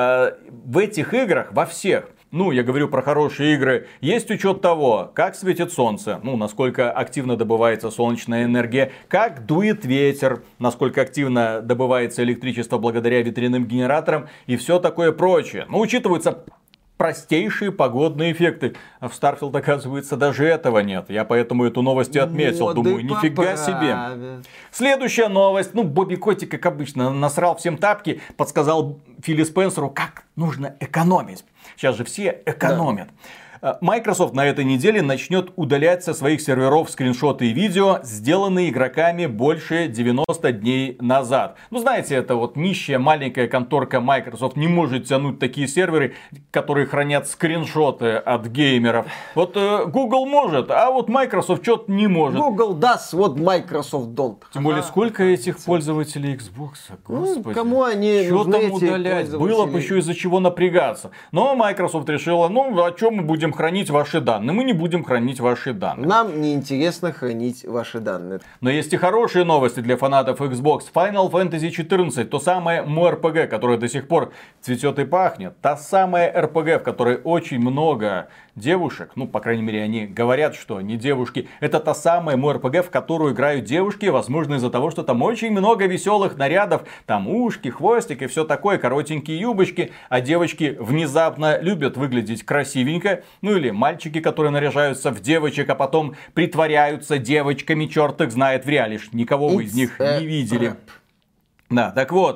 в этих играх, во всех, ну, я говорю про хорошие игры, есть учет того, как светит солнце, ну, насколько активно добывается солнечная энергия, как дует ветер, насколько активно добывается электричество благодаря ветряным генераторам и все такое прочее. Но учитываются простейшие погодные эффекты. А в Starfield, оказывается, даже этого нет. Я поэтому эту новость и отметил. Думаю, нифига себе. Следующая новость. Ну, Бобби Котик, как обычно, насрал всем тапки. Подсказал Филу Спенсеру, как нужно экономить. Сейчас же все экономят. Microsoft на этой неделе начнет удалять со своих серверов скриншоты и видео, сделанные игроками больше 90 дней назад. Ну, знаете, это вот нищая маленькая конторка Microsoft не может тянуть такие серверы, которые хранят скриншоты от геймеров. Вот Google может, а вот Microsoft что-то не может. Google does what Microsoft don't. Тем более, сколько этих пользователей Xbox, господи. Ну, кому они что нужны, там удалять? Было бы еще из-за чего напрягаться. Но Microsoft решила, ну, о чем мы будем хранить ваши данные? Мы не будем хранить ваши данные. Нам не интересно хранить ваши данные. Но есть и хорошие новости для фанатов Xbox. Final Fantasy XIV, то самое MMORPG, которое до сих пор цветет и пахнет. Та самая RPG, в которой очень много девушек, ну, по крайней мере, они говорят, что не девушки. Это та самая MMORPG, в которую играют девушки, возможно, из-за того, что там очень много веселых нарядов. Там ушки, хвостик и все такое, коротенькие юбочки. А девочки внезапно любят выглядеть красивенько. Ну, или мальчики, которые наряжаются в девочек, а потом притворяются девочками. Черт их знает, в реале никого вы из них не видели. Да, так вот.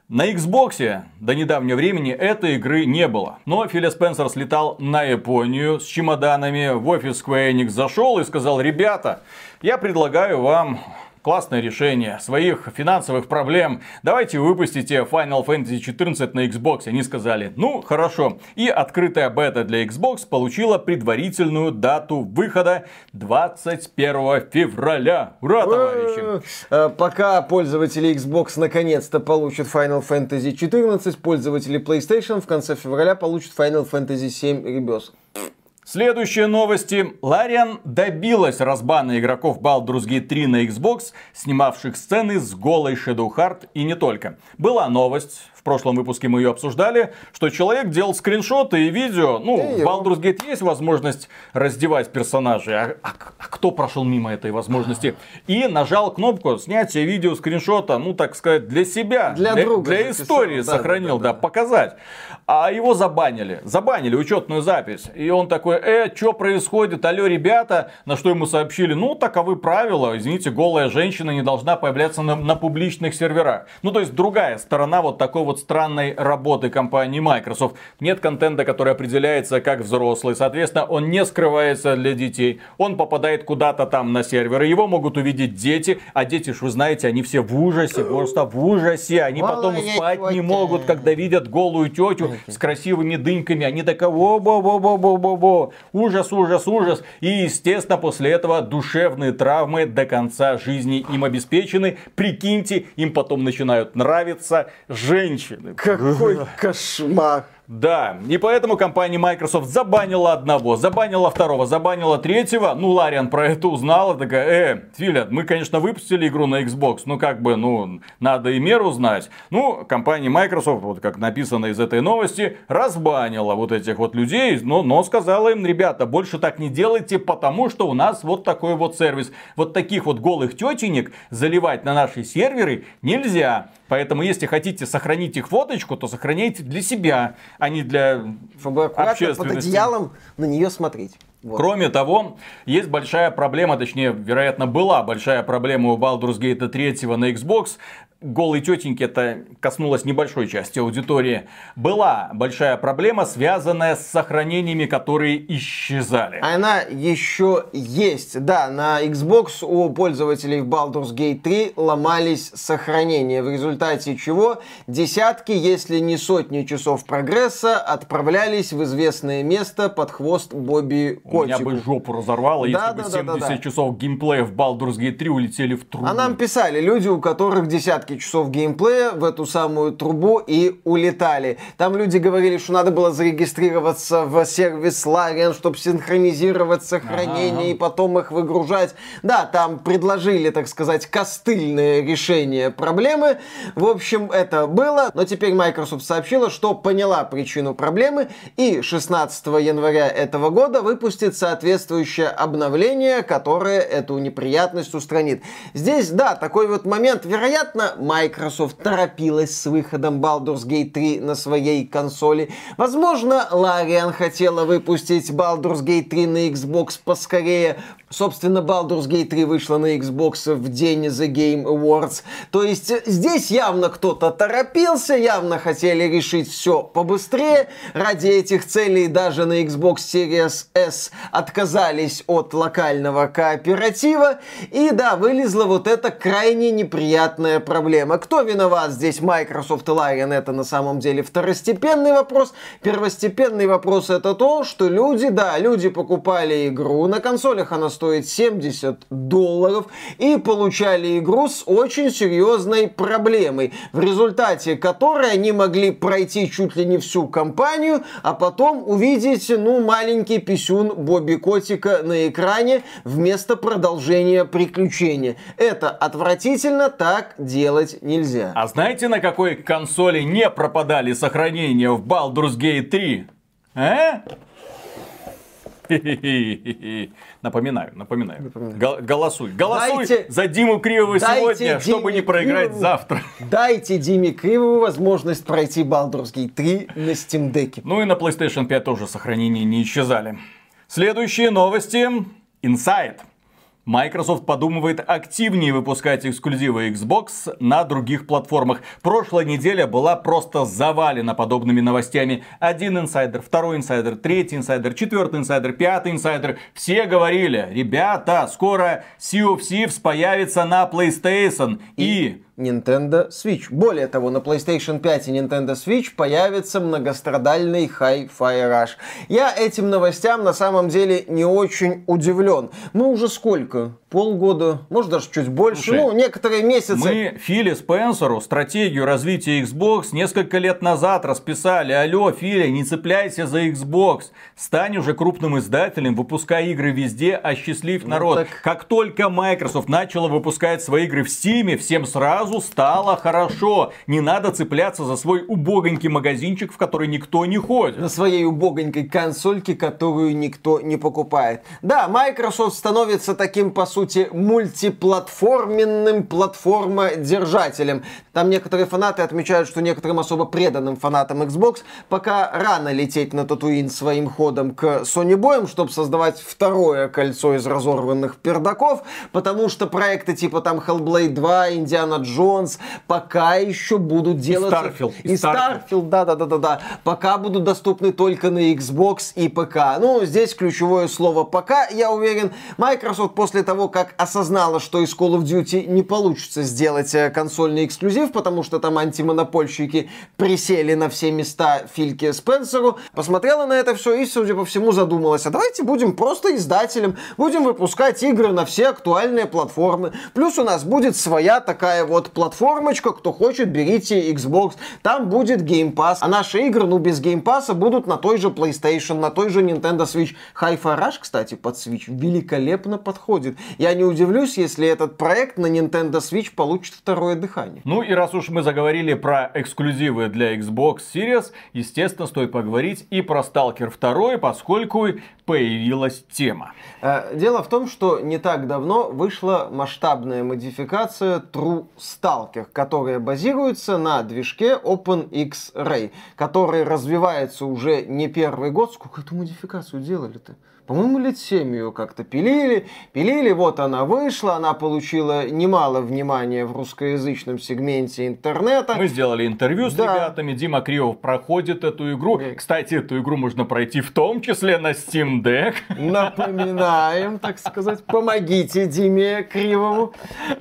На Xbox до недавнего времени этой игры не было. Но Фил Спенсер слетал на Японию с чемоданами, в офис Square Enix зашел и сказал: ребята, я предлагаю вам классное решение своих финансовых проблем. Давайте выпустите Final Fantasy XIV на Xbox. Они сказали: ну, хорошо. И открытая бета для Xbox получила предварительную дату выхода 21 февраля. Ура, товарищи! Пока пользователи Xbox наконец-то получат Final Fantasy XIV, пользователи PlayStation в конце февраля получат Final Fantasy VII Rebirth. Следующие новости. Лариан добилась разбана игроков Baldur's Gate 3 на Xbox, снимавших сцены с голой Shadowheart и не только. Была новость, в прошлом выпуске мы ее обсуждали, что человек делал скриншоты и видео. Ну, в Baldur's Gate есть возможность раздевать персонажей. А кто прошел мимо этой возможности? И нажал кнопку снятия видео скриншота, ну, так сказать, для себя. Для истории сохранил, да, показать. А его забанили. Забанили учетную запись. И он такой: что происходит? Алло, ребята. На что ему сообщили: ну, таковы правила. Извините, голая женщина не должна появляться на публичных серверах. Ну, то есть, другая сторона вот такой вот странной работы компании Microsoft. Нет контента, который определяется как взрослый. Соответственно, он не скрывается для детей. Он попадает куда-то там на серверы. Его могут увидеть дети. А дети, ж вы знаете, они все в ужасе. Просто в ужасе. Они потом спать не могут, когда видят голую тетю с красивыми дыньками. Они такие: во-во-во-во-во-во. Ужас, ужас, ужас. И, естественно, после этого душевные травмы до конца жизни им обеспечены. Прикиньте, им потом начинают нравиться женщины. Какой кошмар. Да, и поэтому компания Microsoft забанила одного, забанила второго, забанила третьего. Ну, Лариан про это узнала, такая: Филя, мы, конечно, выпустили игру на Xbox, но как бы, ну, надо и меру знать. Ну, компания Microsoft, вот как написано из этой новости, разбанила вот этих вот людей, но сказала им: ребята, больше так не делайте, потому что у нас вот такой вот сервис. Вот таких вот голых тетенек заливать на наши серверы нельзя. Поэтому, если хотите сохранить их фоточку, то сохраняйте для себя, а не для чтобы аккуратно общественности. Под одеялом на нее смотреть. Вот. Кроме того, есть большая проблема, точнее, вероятно, была большая проблема у Baldur's Gate 3 на Xbox. Голой тетеньки это коснулось небольшой части аудитории. Была большая проблема, связанная с сохранениями, которые исчезали. Она еще есть. Да, на Xbox у пользователей в Baldur's Gate 3 ломались сохранения, в результате чего десятки, если не сотни часов прогресса отправлялись в известное место под хвост Бобби Котику. У меня бы жопу разорвало, если бы 70 часов геймплея в Baldur's Gate 3 улетели в трубу. А нам писали люди, у которых десятки часов геймплея в эту самую трубу и улетали. Там люди говорили, что надо было зарегистрироваться в сервис Larian, чтобы синхронизировать сохранения и потом их выгружать. Да, там предложили, так сказать, костыльное решение проблемы. В общем, это было. Но теперь Microsoft сообщила, что поняла причину проблемы и 16 января этого года выпустит соответствующее обновление, которое эту неприятность устранит. Здесь, да, такой вот момент. Вероятно, Microsoft торопилась с выходом Baldur's Gate 3 на своей консоли. Возможно, Larian хотела выпустить Baldur's Gate 3 на Xbox поскорее. Собственно, Baldur's Gate 3 вышла на Xbox в день The Game Awards. То есть здесь явно кто-то торопился, явно хотели решить все побыстрее. Ради этих целей даже на Xbox Series S отказались от локального кооператива. И да, вылезла вот эта крайне неприятная проблема. Кто виноват здесь, Microsoft и Larian, это на самом деле второстепенный вопрос. Первостепенный вопрос это то, что люди покупали игру, на консолях она стоит $70 и получали игру с очень серьезной проблемой, в результате которой они могли пройти чуть ли не всю кампанию, а потом увидеть, маленький писюн Бобби Котика на экране вместо продолжения приключения. Это отвратительно, так делать нельзя. А знаете, на какой консоли не пропадали сохранения в Baldur's Gate 3? Напоминаю. Голосуй за Диму Кривого сегодня, чтобы не проиграть завтра. Дайте Диме Кривову возможность пройти Baldur's Gate 3 на Steam Deck. Ну и на PlayStation 5 тоже сохранения не исчезали. Следующие новости. Inside. Microsoft подумывает активнее выпускать эксклюзивы Xbox на других платформах. Прошлая неделя была просто завалена подобными новостями. Один инсайдер, второй инсайдер, третий инсайдер, четвертый инсайдер, пятый инсайдер. Все говорили: ребята, скоро Sea of Thieves появится на PlayStation и Nintendo Switch. Более того, на PlayStation 5 и Nintendo Switch появится многострадальный Hi-Fi Rush. Я этим новостям на самом деле не очень удивлен. Мы уже сколько? Полгода, может даже чуть больше, Слушай, некоторые месяцы. Мы Филе Спенсеру стратегию развития Xbox несколько лет назад расписали. Алло, Филя, не цепляйся за Xbox. Стань уже крупным издателем, выпускай игры везде, осчастлив народ. Как только Microsoft начала выпускать свои игры в Steam, всем сразу стало хорошо. Не надо цепляться за свой убогонький магазинчик, в который никто не ходит. На своей убогонькой консольке, которую никто не покупает. Да, Microsoft становится таким, по сути, мультиплатформенным платформодержателем. Там некоторые фанаты отмечают, что некоторым особо преданным фанатам Xbox пока рано лететь на Татуин своим ходом к Sony боям, чтобы создавать второе кольцо из разорванных пердаков, потому что проекты типа там Hellblade 2, Indiana Jones пока еще будут делаться... И Starfield, да. Пока будут доступны только на Xbox и ПК. Здесь ключевое слово «пока», я уверен. Microsoft после того, как осознала, что из Call of Duty не получится сделать консольный эксклюзив, потому что там антимонопольщики присели на все места Фильке Спенсеру, посмотрела на это все и, судя по всему, задумалась: а давайте будем просто издателем, будем выпускать игры на все актуальные платформы. Плюс у нас будет своя такая вот платформочка, кто хочет, берите Xbox, там будет Game Pass, а наши игры, без Game Pass будут на той же PlayStation, на той же Nintendo Switch. Hi-Fi Rush, кстати, под Switch великолепно подходит. Я не удивлюсь, если этот проект на Nintendo Switch получит второе дыхание. И раз уж мы заговорили про эксклюзивы для Xbox Series, естественно, стоит поговорить и про Stalker 2, поскольку появилась тема. Дело в том, что не так давно вышла масштабная модификация True Stalker, которая базируется на движке OpenX-Ray, который развивается уже не первый год. Сколько эту модификацию делали-то? По-моему, лет 7 ее как-то пилили, вот она вышла, она получила немало внимания в русскоязычном сегменте интернета. Мы сделали интервью с ребятами, Дима Кривов проходит эту игру. Кстати, эту игру можно пройти в том числе на Steam Deck. Напоминаем, так сказать, помогите Диме Кривову.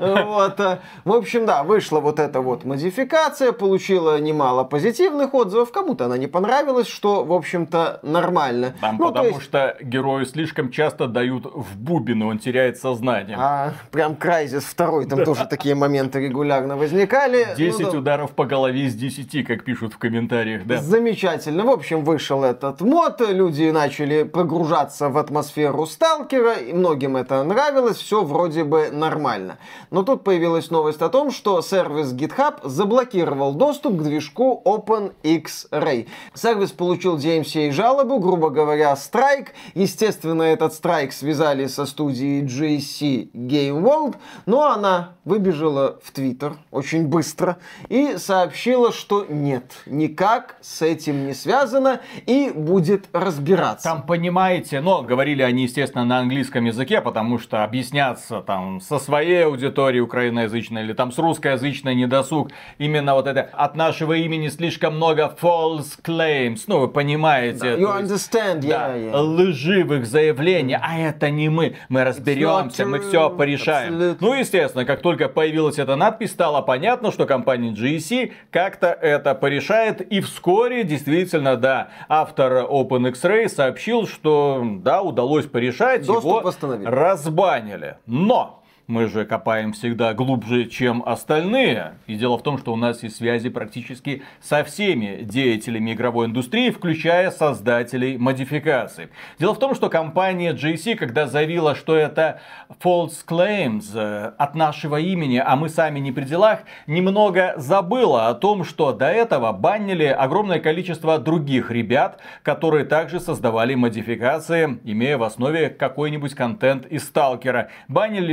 В общем, вышла вот эта вот модификация, получила немало позитивных отзывов, кому-то она не понравилась, что, в общем-то, нормально. Потому что герой слишком часто дают в бубен, и он теряет сознание. Прям Crysis 2, там тоже такие моменты регулярно возникали. 10 ударов по голове из 10, как пишут в комментариях. Да. Замечательно. В общем, вышел этот мод, люди начали погружаться в атмосферу Сталкера, и многим это нравилось, все вроде бы нормально. Но тут появилась новость о том, что сервис GitHub заблокировал доступ к движку OpenX-Ray. Сервис получил DMCA жалобу, грубо говоря, страйк. Естественно, этот страйк связали со студией GSC Game World, но она выбежала в Твиттер очень быстро и сообщила, что нет, никак с этим не связано и будет разбираться. Там, понимаете, говорили они, естественно, на английском языке, потому что объясняться там со своей аудиторией украиноязычной или там с русскоязычной недосуг, именно вот это от нашего имени слишком много false claims, вы понимаете. You understand, yeah. Лживых заявлений, а это не мы разберемся, мы все порешаем. Естественно, как только появилась эта надпись, стало понятно, что компания GSC как-то это порешает, и вскоре, действительно, автор OpenX-Ray сообщил, что удалось порешать, его разбанили. Но мы же копаем всегда глубже, чем остальные. И дело в том, что у нас есть связи практически со всеми деятелями игровой индустрии, включая создателей модификаций. Дело в том, что компания GSC, когда заявила, что это false claims от нашего имени, а мы сами не при делах, немного забыла о том, что до этого баннили огромное количество других ребят, которые также создавали модификации, имея в основе какой-нибудь контент из Сталкера. Баннили людей,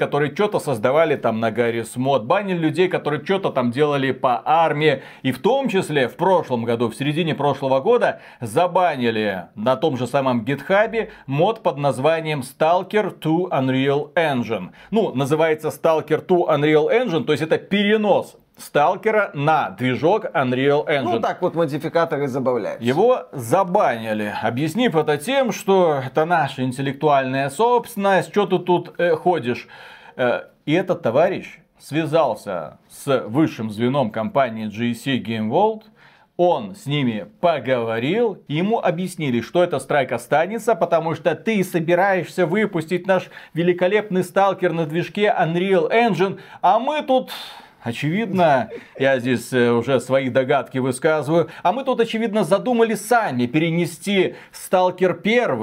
которые что-то создавали там на Garry's Mod, банили людей, которые что-то там делали по армии. И в том числе в прошлом году, в середине прошлого года, забанили на том же самом GitHub мод под названием Stalker to Unreal Engine. Ну, называется Stalker to Unreal Engine, то есть это перенос Сталкера на движок Unreal Engine. Ну так вот модификаторы забавляются. Его забанили, объяснив это тем, что это наша интеллектуальная собственность, что ты тут ходишь. И этот товарищ связался с высшим звеном компании GSC Game World. Он с ними поговорил, ему объяснили, что этот страйк останется, потому что ты собираешься выпустить наш великолепный сталкер на движке Unreal Engine, а мы тут... Очевидно, я здесь уже свои догадки высказываю, а мы тут, очевидно, задумали сами перенести Сталкер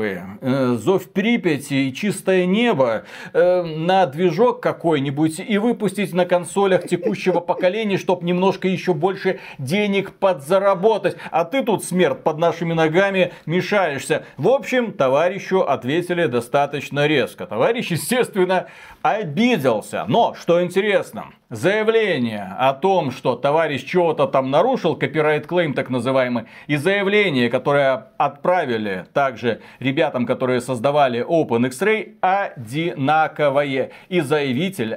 1, Зов Припяти и Чистое небо на движок какой-нибудь и выпустить на консолях текущего поколения, чтобы немножко еще больше денег подзаработать. А ты тут, смерть, под нашими ногами мешаешься. В общем, товарищу ответили достаточно резко. Товарищ, естественно, обиделся. Но, что интересно, заявление о том, что товарищ чего-то там нарушил, копирайт-клейм так называемый, и заявление, которое отправили также ребятам, которые создавали OpenX-Ray, одинаковое. И заявитель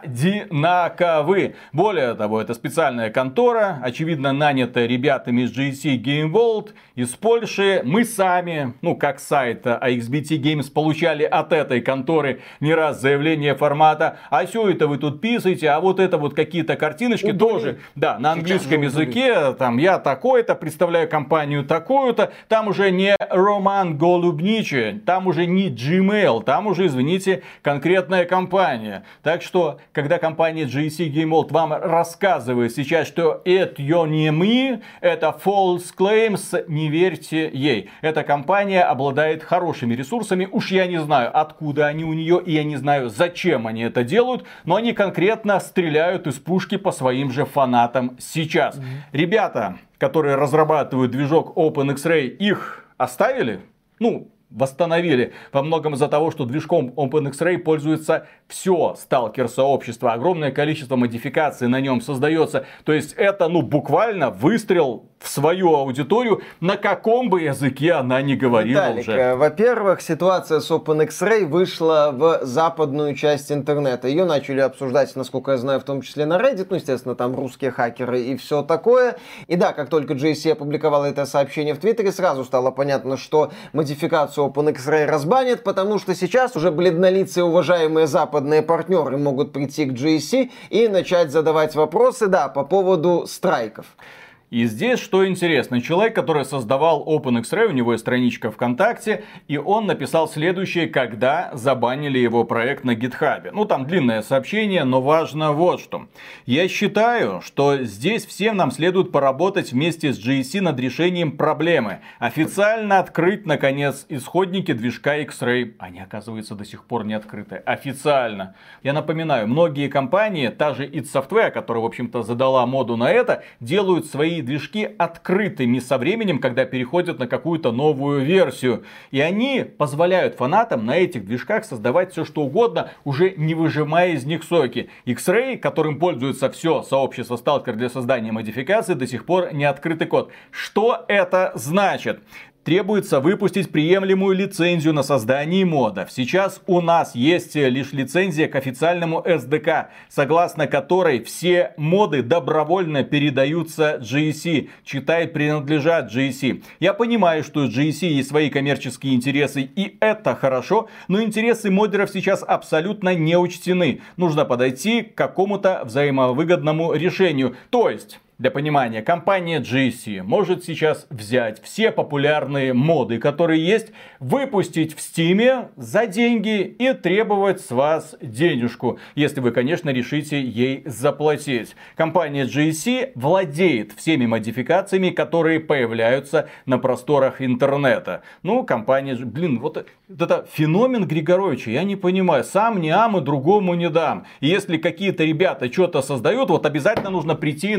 одинаковый. Более того, это специальная контора, очевидно, нанятая ребятами из GSC Game World, из Польши. Мы сами, как сайт AXBT Games, получали от этой конторы не раз заявление формата: а все это вы тут писаете, а вот это вот какие-то картиночки тоже, да, на английском языке, там я такой-то, представляю компанию такую-то, там уже не Роман Голубничий, там уже не Gmail, там уже, извините, конкретная компания. Так что, когда компания GSC Game World вам рассказывает сейчас, что это не мы, это false claims, не верьте ей. Эта компания обладает хорошими ресурсами, уж я не знаю, откуда они у нее, и я не знаю, зачем они это делают, но они конкретно стреляют из пушки по своим же фанатам сейчас. Ребята, которые разрабатывают движок OpenX-Ray, их оставили? Восстановили. Во многом из-за того, что движком OpenX-Ray пользуется все сталкер-сообщество. Огромное количество модификаций на нем создается. То есть это, буквально выстрел в свою аудиторию, на каком бы языке она ни говорила. Виталик, уже. Во-первых, ситуация с OpenX-Ray вышла в западную часть интернета. Ее начали обсуждать, насколько я знаю, в том числе на Reddit. Естественно, там русские хакеры и все такое. И да, как только GSC опубликовала это сообщение в Твиттере, сразу стало понятно, что модификацию OpenX-Ray разбанят, потому что сейчас уже бледнолицые уважаемые западные партнеры могут прийти к GSC и начать задавать вопросы, по поводу страйков. И здесь, что интересно, человек, который создавал OpenX-Ray, у него есть страничка ВКонтакте, и он написал следующее, когда забанили его проект на гитхабе. Там длинное сообщение, но важно вот что. Я считаю, что здесь всем нам следует поработать вместе с GSC над решением проблемы. Официально открыть, наконец, исходники движка X-Ray. Они, оказывается, до сих пор не открыты. Официально. Я напоминаю, многие компании, та же id Software, которая, в общем-то, задала моду на это, делают свои движки открытыми со временем, когда переходят на какую-то новую версию. И они позволяют фанатам на этих движках создавать все что угодно, уже не выжимая из них соки. X-Ray, которым пользуется все сообщество Stalker для создания модификаций, до сих пор не открытый код. Что это значит? Требуется выпустить приемлемую лицензию на создание модов. Сейчас у нас есть лишь лицензия к официальному SDK, согласно которой все моды добровольно передаются GSC, читай, принадлежат GSC. Я понимаю, что у GSC есть свои коммерческие интересы, и это хорошо, но интересы модеров сейчас абсолютно не учтены. Нужно подойти к какому-то взаимовыгодному решению. То есть... Для понимания, компания GSC может сейчас взять все популярные моды, которые есть, выпустить в Steam за деньги и требовать с вас денежку, если вы, конечно, решите ей заплатить. Компания GSC владеет всеми модификациями, которые появляются на просторах интернета. Компания... вот это феномен Григоровича, я не понимаю. Сам не ам и другому не дам. И если какие-то ребята что-то создают, вот обязательно нужно прийти и насрать.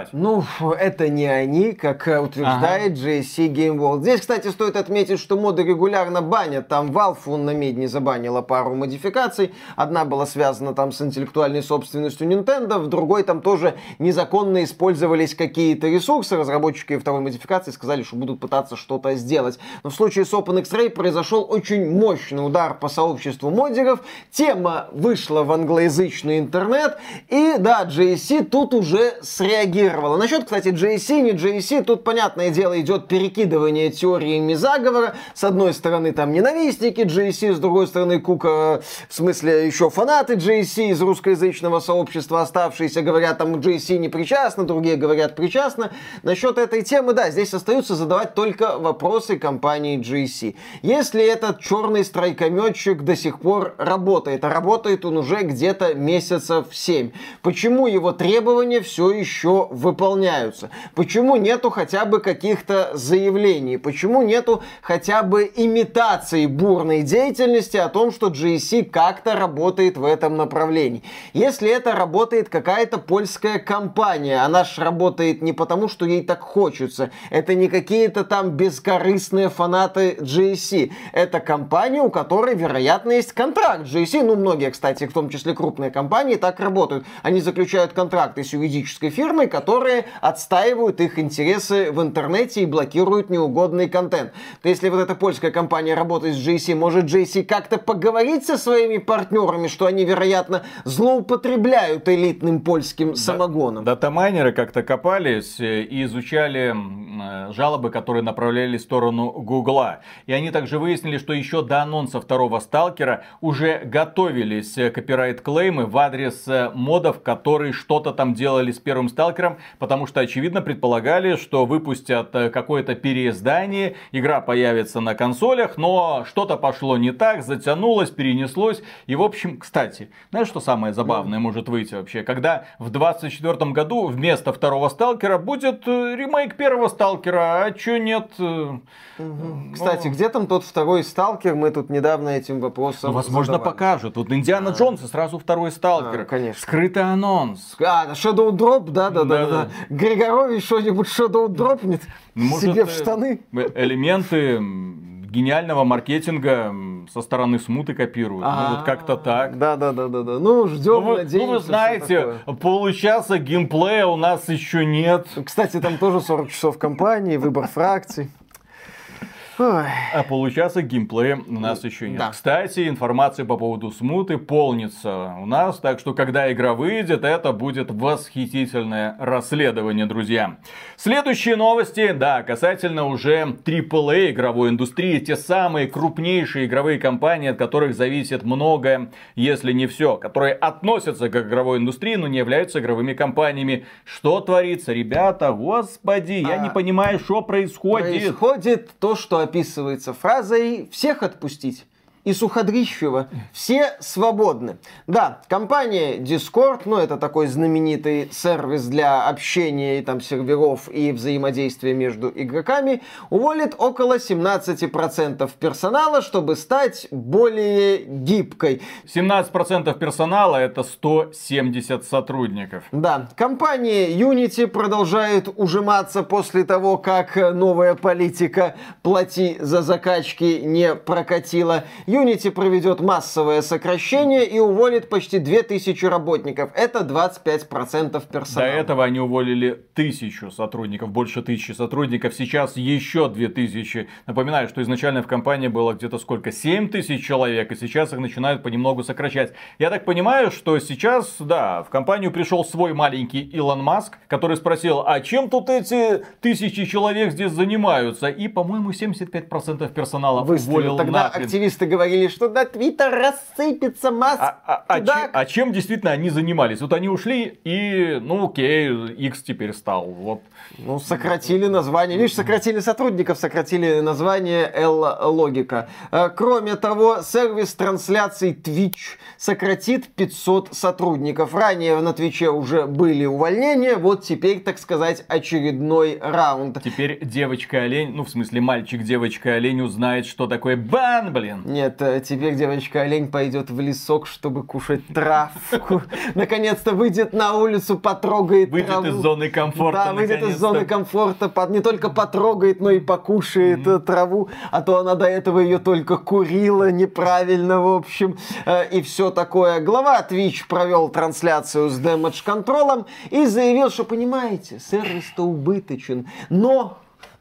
знать. Ну, это не они, как утверждает GSC Game World. Здесь, кстати, стоит отметить, что моды регулярно банят. Там Valve на медне забанила пару модификаций. Одна была связана там с интеллектуальной собственностью Nintendo, в другой там тоже незаконно использовались какие-то ресурсы. Разработчики второй модификации сказали, что будут пытаться что-то сделать. Но в случае с OpenX-Ray произошел очень мощный удар по сообществу моддеров. Тема вышла в англоязычный интернет. И да, GSC тут уже среагировала. Насчет, кстати, GSC, не GSC, тут, понятное дело, идет перекидывание теориями заговора. С одной стороны, там ненавистники GSC, с другой стороны, кука, в смысле, еще фанаты GSC из русскоязычного сообщества, оставшиеся, говорят, там GSC не причастны, другие говорят причастны. Насчет этой темы, да, здесь остаются задавать только вопросы компании GSC. Если этот черный страйкометчик до сих пор работает, а работает он уже где-то месяцев 7, почему его требования все еще выполняются? Почему нету хотя бы каких-то заявлений? Почему нету хотя бы имитации бурной деятельности о том, что GSC как-то работает в этом направлении? Если это работает какая-то польская компания, она ж работает не потому, что ей так хочется. Это не какие-то там бескорыстные фанаты GSC. Это компания, у которой, вероятно, есть контракт GSC. Ну, многие, кстати, в том числе крупные компании, так работают. Они заключают контракты с юридической фирмой, которые отстаивают их интересы в интернете и блокируют неугодный контент. То если вот эта польская компания работает с GSC, может GSC как-то поговорить со своими партнерами, что они, вероятно, злоупотребляют элитным польским самогоном? Датамайнеры как-то копались и изучали жалобы, которые направляли в сторону Гугла. И они также выяснили, что еще до анонса второго Сталкера уже готовились копирайт-клеймы в адрес модов, которые что-то там делали с первым Сталкером, потому что, очевидно, предполагали, что выпустят какое-то переиздание, игра появится на консолях, но что-то пошло не так, затянулось, перенеслось. И, в общем, кстати, знаешь, что самое забавное может выйти вообще? Когда в 2024 году вместо второго Сталкера будет ремейк первого Сталкера, а чё нет? Кстати, где там тот второй Сталкер? Мы тут недавно этим вопросом возможно, задавались. покажут. Вот Индиана Джонс и сразу второй Сталкер. Конечно. Скрытый анонс. Shadow Drop, да. Григорович что-нибудь Shadow дропнет себе в штаны. Элементы гениального маркетинга со стороны Смуты копируют. Ну, вот как-то так. Да. Ну, ждем, надеемся. Ну, вы знаете, получаса геймплея у нас еще нет. Кстати, там тоже 40 часов кампании, выбор фракций. Ой. А получаса геймплея у нас еще нет. Да. Кстати, информация по поводу Смуты полнится у нас, так что когда игра выйдет, это будет восхитительное расследование, друзья. Следующие новости, да, касательно уже AAA игровой индустрии, те самые крупнейшие игровые компании, от которых зависит многое, если не все, которые относятся к игровой индустрии, но не являются игровыми компаниями. Что творится, ребята? Господи, я не понимаю, что происходит. Происходит то, что описывается фразой «всех отпустить». И Суходрищева все свободны. Да, компания Discord, ну это такой знаменитый сервис для общения и там серверов и взаимодействия между игроками, уволит около 17% персонала, чтобы стать более гибкой. 17% персонала это 170 сотрудников. Да, компания Unity продолжает ужиматься после того, как новая политика «плати за закачки» не прокатила. Unity проведет массовое сокращение и уволит почти 2000 работников. Это 25% персонала. До этого они уволили 1000 сотрудников, больше 1000 сотрудников. Сейчас еще 2000. Напоминаю, что изначально в компании было где-то сколько? 7000 человек, и сейчас их начинают понемногу сокращать. Я так понимаю, что сейчас, да, в компанию пришел свой маленький Илон Маск, который спросил, а чем тут эти 1000 человек здесь занимаются? И, по-моему, 75% персонала уволил Тогда нахрен. активисты говорили, что на Твиттер рассыпется Маск. А чем действительно они занимались? Вот они ушли и, ну окей, X теперь стал. Вот. Ну, сократили название. Видишь, сократили сотрудников, сократили название L-Логика. Кроме того, сервис трансляций Twitch сократит 500 сотрудников. Ранее на Твиче уже были увольнения, вот теперь, так сказать, очередной раунд. Теперь девочка-олень, ну в смысле мальчик-девочка-олень узнает, что такое бан, блин. Нет, Нет, теперь девочка-олень пойдет в лесок, чтобы кушать травку. Наконец-то выйдет на улицу, потрогает траву. Выйдет из зоны комфорта. Да, выйдет из зоны комфорта, не только потрогает, но и покушает траву, а то она до этого ее только курила неправильно, в общем, и все такое. Глава Twitch провел трансляцию с демедж-контролом и заявил, что, понимаете, сервис-то убыточен, но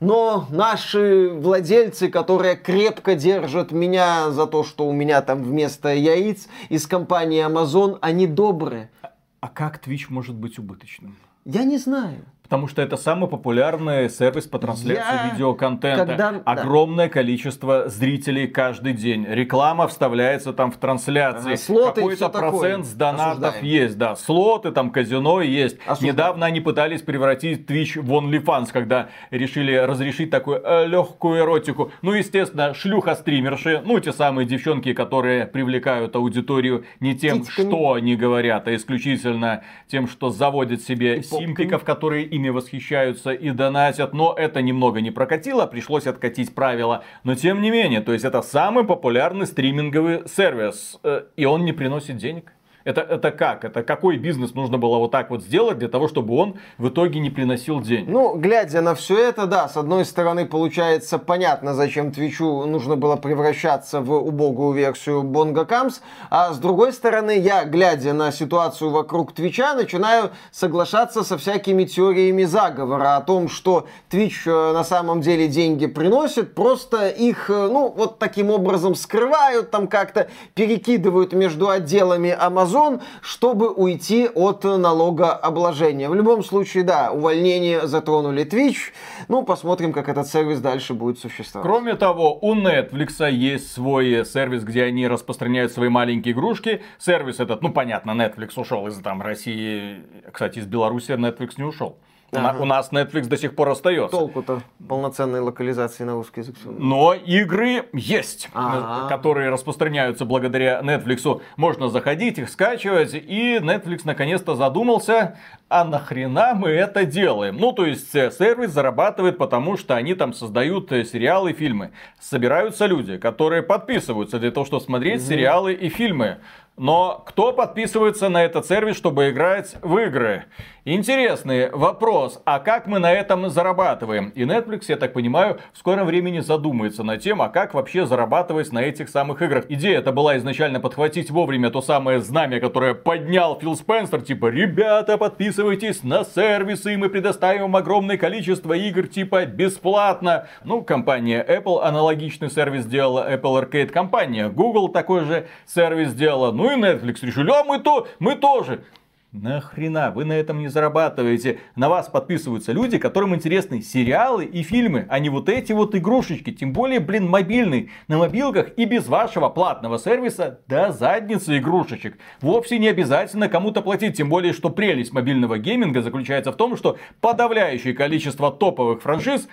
наши владельцы, которые крепко держат меня за то, что у меня там вместо яиц из компании Amazon, они добрые. А как Twitch может быть убыточным? Я не знаю. Потому что это самый популярный сервис по трансляции видеоконтента. Огромное количество зрителей каждый день. Реклама вставляется там в трансляции. Слоты какой-то процент с донатов есть. Да, слоты, там казино есть. Недавно они пытались превратить Twitch в OnlyFans, когда решили разрешить такую легкую эротику. Ну, естественно, шлюха-стримерши, ну, те самые девчонки, которые привлекают аудиторию не тем, что они говорят, а исключительно тем, что заводят себе симпиков, которые ими восхищаются и донатят, но это немного не прокатило, пришлось откатить правила. Но тем не менее, то есть это самый популярный стриминговый сервис, и он не приносит денег. Это как? Это какой бизнес нужно было вот так вот сделать для того, чтобы он в итоге не приносил денег? Ну, глядя на все это, да, с одной стороны, получается понятно, зачем Твичу нужно было превращаться в убогую версию Bongo Camps, а с другой стороны, я, глядя на ситуацию вокруг Твича, начинаю соглашаться со всякими теориями заговора о том, что Твич на самом деле деньги приносит, просто их, ну, вот таким образом скрывают, там как-то перекидывают между отделами Amazon, чтобы уйти от налогообложения. В любом случае, да, увольнения затронули Twitch. Ну, посмотрим, как этот сервис дальше будет существовать. Кроме того, у Netflix есть свой сервис, где они распространяют свои маленькие игрушки. Сервис этот, ну, понятно, Netflix ушел из там России. Кстати, из Беларуси Netflix не ушел. У нас Netflix до сих пор остается. Толку-то полноценной локализации на русский язык. Но игры есть, которые распространяются благодаря Netflix. Можно заходить, их скачивать. И Netflix наконец-то задумался, а нахрена мы это делаем? Ну, то есть, сервис зарабатывает, потому что они там создают сериалы и фильмы. Собираются люди, которые подписываются для того, чтобы смотреть сериалы и фильмы. Но кто подписывается на этот сервис, чтобы играть в игры? Интересный вопрос. А как мы на этом зарабатываем? И Netflix, я так понимаю, в скором времени задумается над тем, а как вообще зарабатывать на этих самых играх. Идея это была изначально подхватить вовремя то самое знамя, которое поднял Фил Спенсер. Типа, ребята, подписывайтесь на сервисы, и мы предоставим вам огромное количество игр, типа, бесплатно. Ну, компания Apple аналогичный сервис сделала, Apple Arcade. Компания Google такой же сервис сделала. Ну и Netflix решили, а мы тоже. Нахрена, вы на этом не зарабатываете. На вас подписываются люди, которым интересны сериалы и фильмы, а не вот эти вот игрушечки. Тем более, блин, мобильный. На мобилках и без вашего платного сервиса до задницы игрушечек. Вовсе не обязательно кому-то платить. Тем более, что прелесть мобильного гейминга заключается в том, что подавляющее количество топовых франшиз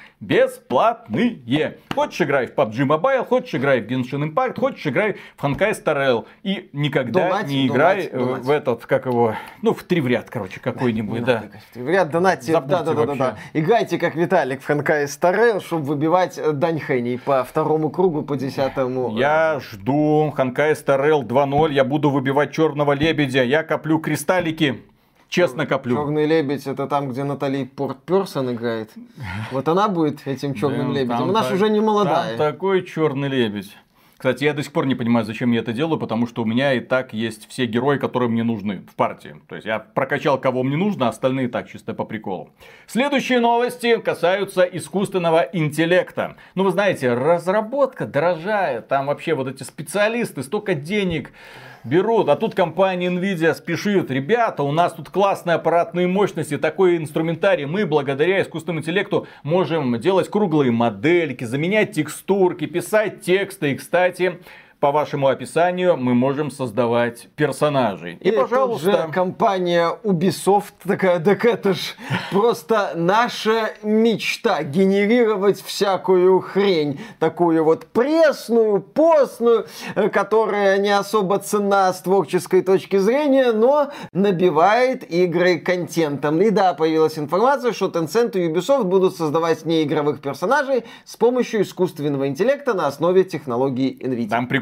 бесплатные. Хочешь играй в PUBG Mobile, хочешь играй в Genshin Impact, хочешь играй в Honkai Star Rail. И никогда не играй в этот, как его... Ну, в 3 в ряд, короче, какой-нибудь, да. 3 в ряд, донатьте, да. Играйте, как Виталик, в Honkai Star Rail, чтобы выбивать дань Хэнни по 2-му кругу, по 10-му. Я жду Honkai Star Rail 2.0, я буду выбивать черного лебедя, я коплю кристаллики. Честно коплю. Черный лебедь — это там, где Натали Портперсон играет. Вот она будет этим черным лебедем. Она же уже не молодая. Там такой черный лебедь. Кстати, я до сих пор не понимаю, зачем я это делаю, потому что у меня и так есть все герои, которые мне нужны в партии. То есть я прокачал, кого мне нужно, а остальные так, чисто по приколу. Следующие новости касаются искусственного интеллекта. Ну, вы знаете, разработка дорожает. Там вообще вот эти специалисты столько денег берут, а тут компания Nvidia спешит. Ребята, у нас тут классные аппаратные мощности, такой инструментарий. Мы благодаря искусственному интеллекту можем делать круглые модельки, заменять текстурки, писать тексты. И, кстати, по вашему описанию мы можем создавать персонажей. И пожалуйста, тут же компания Ubisoft такая, так это ж просто наша мечта генерировать всякую хрень, такую вот пресную, постную, которая не особо ценна с творческой точки зрения, но набивает игры контентом. И да, появилась информация, что Tencent и Ubisoft будут создавать неигровых персонажей с помощью искусственного интеллекта на основе технологии Nvidia. Там прикольно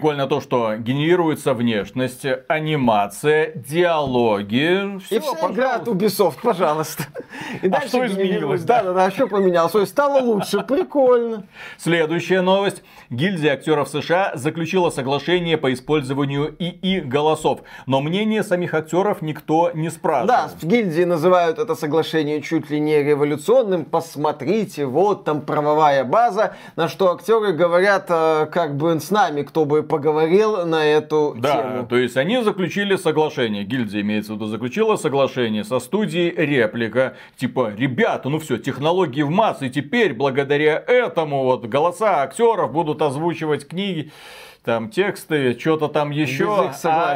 прикольно то, что генерируется внешность, анимация, диалоги. И Все, вся игра от Ubisoft, пожалуйста. И А что изменилось? Да, что поменялось? Ой, стало лучше, прикольно. Следующая новость. Гильдия актеров США заключила соглашение по использованию ИИ голосов. Но мнение самих актеров никто не спрашивал. Да, в гильдии называют это соглашение чуть ли не революционным. Посмотрите, вот там правовая база. На что актеры говорят, как бы с нами кто бы поговорил на эту тему. То есть они заключили соглашение. Гильдия, имеется в виду, заключила соглашение со студией Реплика. Типа, ребята, ну все, технологии в массы. И теперь, благодаря этому, вот голоса актеров будут озвучивать книги. Там тексты, что-то там еще,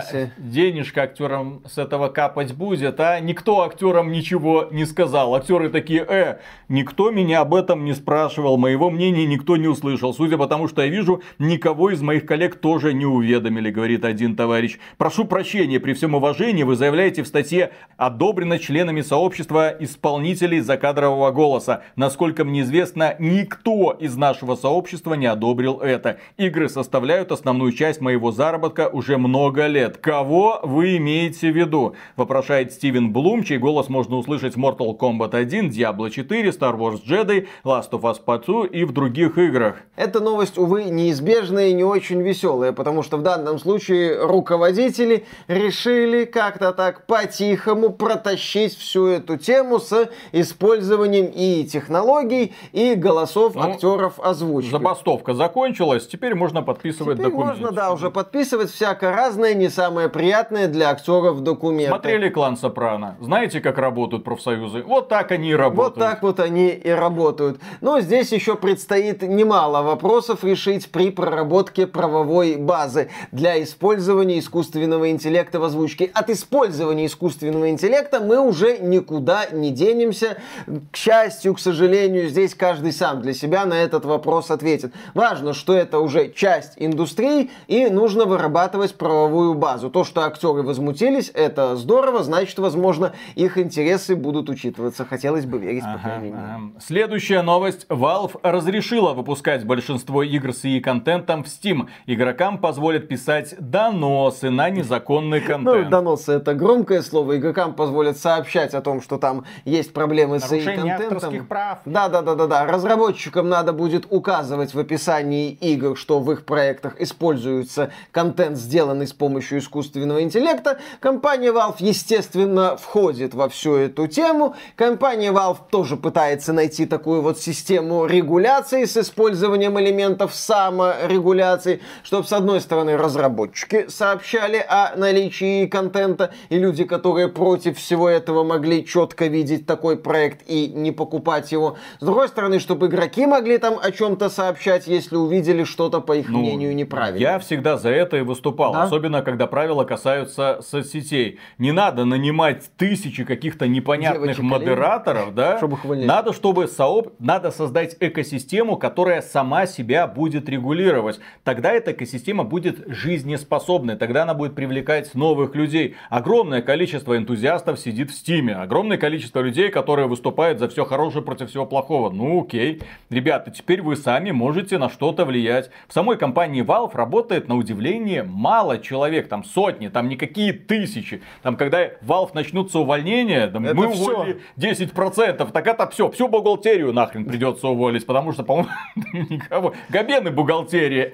денежка актерам с этого капать будет, а никто актерам ничего не сказал. Актеры такие, никто меня об этом не спрашивал, моего мнения никто не услышал. Судя по тому, что я вижу, никого из моих коллег тоже не уведомили, говорит один товарищ. Прошу прощения, при всем уважении вы заявляете в статье, одобрено членами сообщества исполнителей закадрового голоса. Насколько мне известно, никто из нашего сообщества не одобрил это. Игры составляют основную часть моего заработка уже много лет. Кого вы имеете в виду? Вопрошает Стивен Блум, чей голос можно услышать в Mortal Kombat 1, Diablo 4, Star Wars Jedi, Last of Us Part 2 и в других играх. Эта новость, увы, неизбежная и не очень веселая, потому что в данном случае руководители решили как-то так по-тихому протащить всю эту тему с использованием и технологий, и голосов актеров озвучки. Забастовка закончилась, теперь можно подписывать документы. Можно, да, уже подписывать всякое разное, не самое приятное для актеров документы. Смотрели «Клан Сопрано»? Знаете, как работают профсоюзы? Вот так они и работают. Вот так вот они и работают. Но здесь еще предстоит немало вопросов решить при проработке правовой базы для использования искусственного интеллекта в озвучке. От использования искусственного интеллекта мы уже никуда не денемся. К счастью, к сожалению, здесь каждый сам для себя на этот вопрос ответит. Важно, что это уже часть индустрии, и нужно вырабатывать правовую базу. То, что актеры возмутились, это здорово, значит, возможно, их интересы будут учитываться. Хотелось бы верить, по крайней мере. Следующая новость. Valve разрешила выпускать большинство игр с EA-контентом в Steam. Игрокам позволят писать доносы на незаконный контент. Ну, доносы — это громкое слово. Игрокам позволят сообщать о том, что там есть проблемы с EA-контентом. Авторских прав. Да. Разработчикам надо будет указывать в описании игр, что в их проектах используется контент, сделанный с помощью искусственного интеллекта. Компания Valve, естественно, входит во всю эту тему. Компания Valve тоже пытается найти такую вот систему регуляции с использованием элементов саморегуляции, чтобы, с одной стороны, разработчики сообщали о наличии контента, и люди, которые против всего этого, могли четко видеть такой проект и не покупать его. С другой стороны, чтобы игроки могли там о чем-то сообщать, если увидели что-то, по их мнению, неправильно. Я всегда за это и выступал. Да? Особенно, когда правила касаются соцсетей. Не надо нанимать тысячи каких-то непонятных модераторов, да? Чтобы их увольнять. Надо, чтобы надо создать экосистему, которая сама себя будет регулировать. Тогда эта экосистема будет жизнеспособной. Тогда она будет привлекать новых людей. Огромное количество энтузиастов сидит в Стиме. Огромное количество людей, которые выступают за все хорошее против всего плохого. Ну окей. Ребята, теперь вы сами можете на что-то влиять. В самой компании Valve работает, на удивление, мало человек. Там сотни, там никакие тысячи. Там когда Valve начнутся увольнения, там, мы уволили 10%. Так это все. Всю бухгалтерию нахрен придется уволить. Потому что, по-моему, никого. Габены бухгалтерии.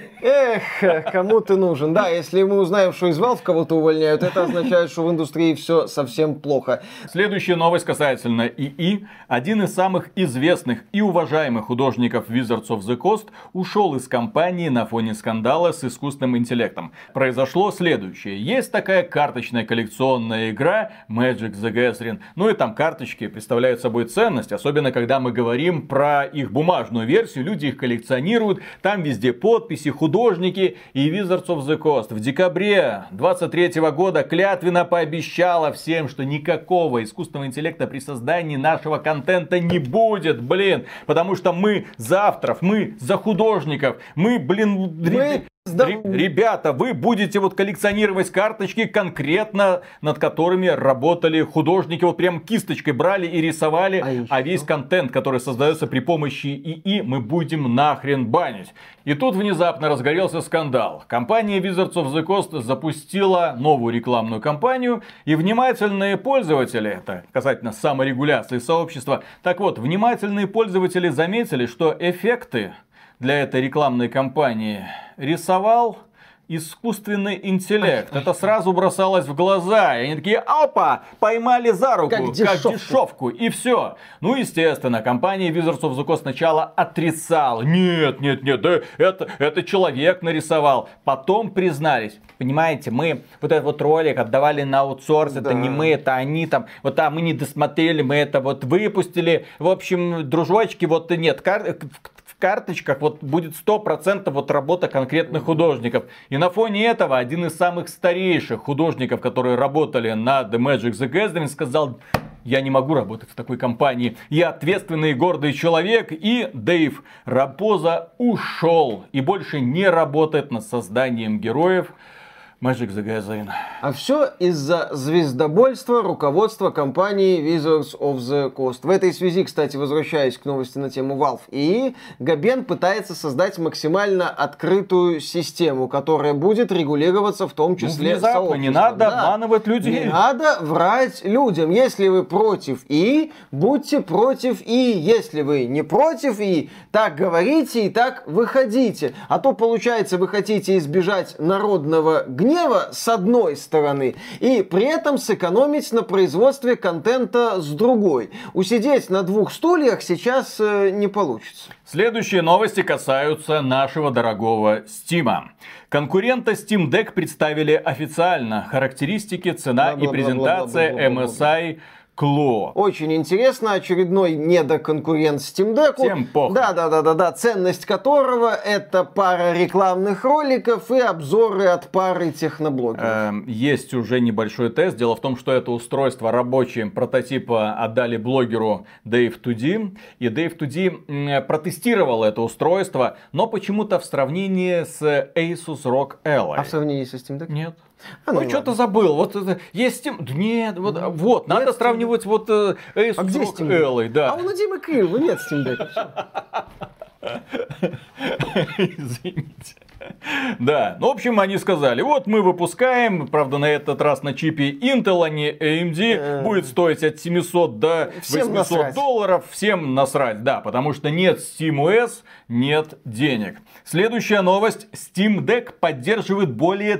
Эх, кому ты нужен. Да, если мы узнаем, что из Valve кого-то увольняют, это означает, что в индустрии все совсем плохо. Следующая новость касательно ИИ. Один из самых известных и уважаемых художников Wizards of the Coast ушел из компании на фоне скандала с искусственным интеллектом. Произошло следующее. Есть такая карточная коллекционная игра Magic the Gathering. Ну и там карточки представляют собой ценность. Особенно, когда мы говорим про их бумажную версию. Люди их коллекционируют. Там везде подписи, художники. И Wizards of the Coast в декабре 2023 года клятвенно пообещала всем, что никакого искусственного интеллекта при создании нашего контента не будет. Потому что мы за авторов, мы за художников. Мы Ребята, вы будете вот коллекционировать карточки конкретно, над которыми работали художники. Вот прям кисточкой брали и рисовали. А весь контент, который создается при помощи ИИ, мы будем нахрен банить. И тут внезапно разгорелся скандал. Компания Wizards of the Coast запустила новую рекламную кампанию. И внимательные пользователи, это касательно саморегуляции сообщества, так вот, внимательные пользователи заметили, что эффекты для этой рекламной кампании рисовал искусственный интеллект. Это сразу бросалось в глаза. И они такие: опа, поймали за руку, как дешевку. И все. Ну, естественно, компания Wizards of the Coast сначала отрицала. Нет, да это человек нарисовал. Потом признались: понимаете, мы вот этот вот ролик отдавали на аутсорс, это не мы, это они там, вот мы не досмотрели, мы это вот выпустили. В общем, дружочки, вот нет, в карточках вот будет 100% вот работа конкретных художников. И на фоне этого один из самых старейших художников, которые работали над Magic the Gathering, сказал: я не могу работать в такой компании. Я ответственный и гордый человек. И Дэйв Рапоза ушел и больше не работает над созданием героев Magic the Gathering. А все из-за звездобольства руководства компании Wizards of the Coast. В этой связи, кстати, возвращаясь к новости на тему Valve, и Габен пытается создать максимально открытую систему, которая будет регулироваться в том числе сообществом. Не надо обманывать людей. Не надо врать людям. Если вы против ИИ, будьте против ИИ. Если вы не против ИИ, так говорите и так выходите. А то, получается, вы хотите избежать народного гнева с одной стороны, и при этом сэкономить на производстве контента с другой. Усидеть на двух стульях сейчас не получится. Следующие новости касаются нашего дорогого Steam. Конкурента Steam Deck представили официально. Характеристики, цена и презентация MSI Claw. Очень интересно. Очередной недоконкурент Steam Deck. Всем похуй. Да. Ценность которого это пара рекламных роликов и обзоры от пары техноблогеров. Есть уже небольшой тест. Дело в том, что это устройство рабочее прототипа отдали блогеру Dave2D. И Dave2D протестировал это устройство, но почему-то в сравнении с Asus ROG Ally. А в сравнении со Steam Deck? Нет. Ну, что-то забыл. Вот есть Steam... Нет, вот надо сравнивать вот Asus ROG Ally. Да. А у Димы Киева нет Steam Deck. Извините. Да, ну, в общем, они сказали: вот мы выпускаем, правда, на этот раз на чипе Intel, а не AMD, будет стоить от 700 до 800 долларов, всем насрать, да, потому что нет SteamOS, нет денег. Следующая новость: Steam Deck поддерживает более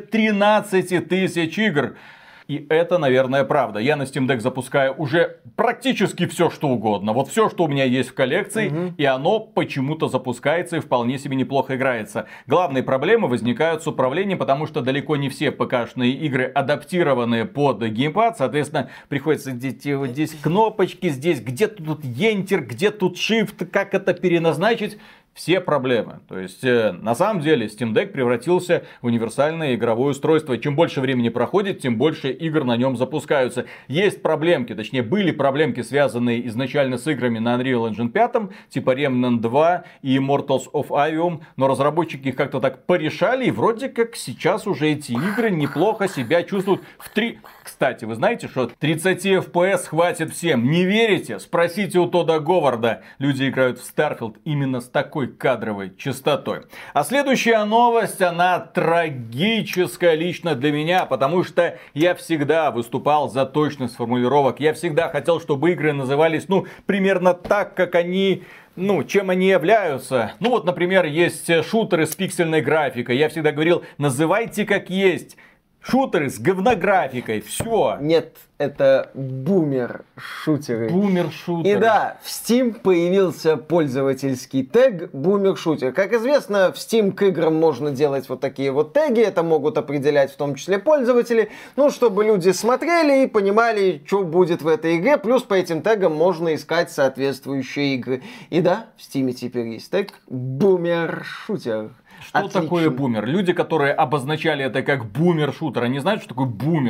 13 тысяч игр. И это, наверное, правда. Я на Steam Deck запускаю уже практически все, что угодно. Вот все, что у меня есть в коллекции, и оно почему-то запускается и вполне себе неплохо играется. Главные проблемы возникают с управлением, потому что далеко не все ПК-шные игры адаптированы под геймпад. Соответственно, приходится вот здесь кнопочки, здесь где-то тут Enter, где тут Shift, как это переназначить. Все проблемы. То есть, на самом деле, Steam Deck превратился в универсальное игровое устройство. Чем больше времени проходит, тем больше игр на нем запускаются. Есть проблемки, точнее, были проблемки, связанные изначально с играми на Unreal Engine 5, типа Remnant 2 и Immortals of Aveum, но разработчики их как-то так порешали, и вроде как сейчас уже эти игры неплохо себя чувствуют в 3... Кстати, вы знаете, что 30 FPS хватит всем? Не верите? Спросите у Тодда Говарда. Люди играют в Starfield именно с такой кадровой частотой. А следующая новость, она трагическая лично для меня, потому что я всегда выступал за точность формулировок. Я всегда хотел, чтобы игры назывались, примерно так, как они... чем они являются. Вот, например, есть шутеры с пиксельной графикой. Я всегда говорил: называйте как есть. Шутеры с говнографикой, все. Нет, это бумер-шутеры. Бумер-шутеры. И да, в Steam появился пользовательский тег бумер-шутер. Как известно, в Steam к играм можно делать вот такие вот теги. Это могут определять в том числе пользователи. Чтобы люди смотрели и понимали, что будет в этой игре. Плюс по этим тегам можно искать соответствующие игры. И да, в Steam теперь есть тег бумер-шутер. Что такое бумер? Люди, которые обозначали это как бумер-шутер, они знают, что такое бумер?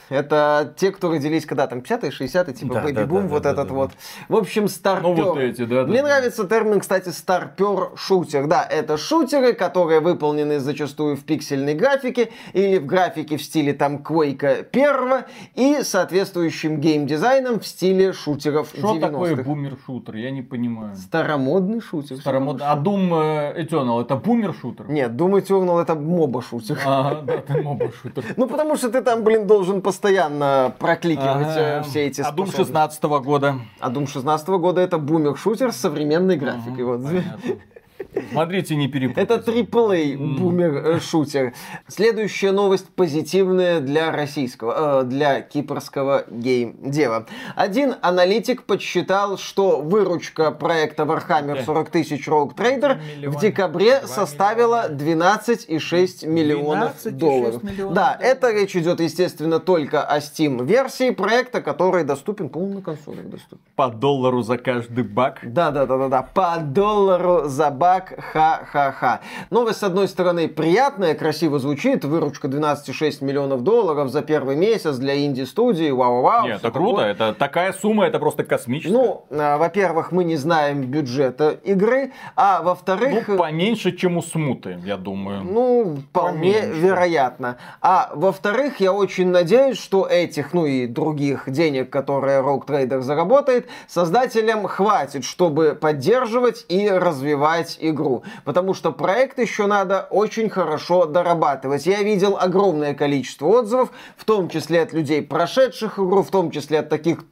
Это те, кто родились когда там 50-е, 60-е, типа бэби-бум, вот этот вот. В общем, старпер. Ну, вот эти, да. Мне нравится термин, кстати, старпер-шутер. Да, это шутеры, которые выполнены зачастую в пиксельной графике или в графике в стиле там Quake 1 и соответствующим геймдизайном в стиле шутеров 90-х. Что такое бумер-шутер? Я не понимаю. Старомодный шутер. Старомодный. А Doom Eternal это бумер-шутер? Нет, Doom Eternal это моба-шутер. Ага, да, ты моба-шутер. Ну, потому что ты там, должен постоянно прокликивать все эти способности. А Doom 16 года? А Doom 16 года это бумер-шутер с современной графикой. Вот. Смотрите, не перепутайте. Это AAA бумер-шутер. Следующая новость позитивная для российского, для кипрского гейм-дева. Один аналитик подсчитал, что выручка проекта Warhammer 40 тысяч Rogue Trader в декабре составила 12,6 миллионов долларов. Да, это речь идет, естественно, только о Steam-версии проекта, который доступен, по-моему, на консолях доступен. По $1 за каждый баг? Да. По $1 за баг. Ха-ха-ха. Новость, с одной стороны, приятная, красиво звучит. Выручка 12,6 миллионов долларов за первый месяц для инди-студии. Вау-вау. Нет, это круто. Это такая сумма, это просто космическая. Ну, во-первых, мы не знаем бюджета игры, а во-вторых... Ну, поменьше, чем у Смуты, я думаю. Ну, вполне вероятно. А во-вторых, я очень надеюсь, что этих, и других денег, которые Rogue Trader заработает, создателям хватит, чтобы поддерживать и развивать игру. Потому что проект еще надо очень хорошо дорабатывать. Я видел огромное количество отзывов, в том числе от людей, прошедших игру, в том числе от таких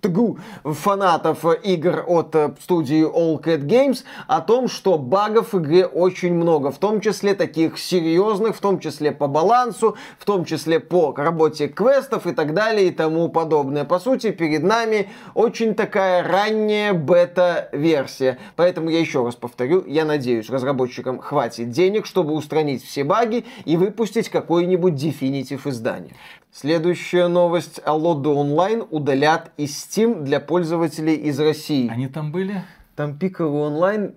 фанатов игр от студии All Cat Games, о том, что багов в игре очень много. В том числе таких серьезных, в том числе по балансу, в том числе по работе квестов и так далее и тому подобное. По сути, перед нами очень такая ранняя бета-версия. Поэтому я еще раз повторю, я надеюсь, разработчикам хватит денег, чтобы устранить все баги и выпустить какое-нибудь Definitive издание. Следующая новость. Allodo Online удалят из Steam для пользователей из России. Они там были? Там пиковый онлайн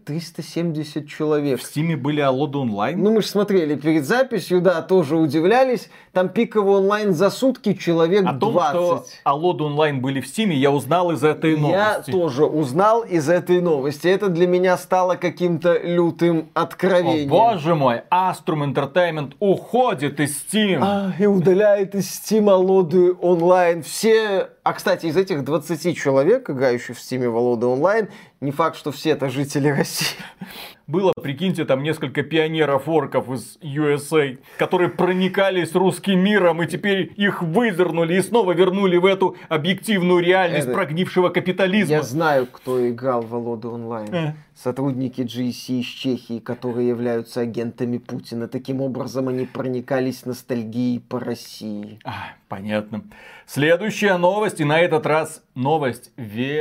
370 человек. В Стиме были Allodo Online? Ну, мы же смотрели перед записью, да, тоже удивлялись. Там пиковый онлайн за сутки человек 20. О том, что Allodo Online были в Стиме, я узнал из этой новости. Я тоже узнал из этой новости. Это для меня стало каким-то лютым откровением. О, боже мой, Astrum Entertainment уходит из Steam. И удаляет из Steam Allodo Online. Все... А, кстати, из этих 20 человек, играющих в Steam в Allodo Online, не факт, что все это жители России. Было, прикиньте, там несколько пионеров-орков из USA, которые проникались русским миром, и теперь их выдернули и снова вернули в эту объективную реальность прогнившего капитализма. Я знаю, кто играл в Allodo Online. Сотрудники GSC из Чехии, которые являются агентами Путина. Таким образом, они проникались ностальгией по России. Понятно. Следующая новость, и на этот раз новость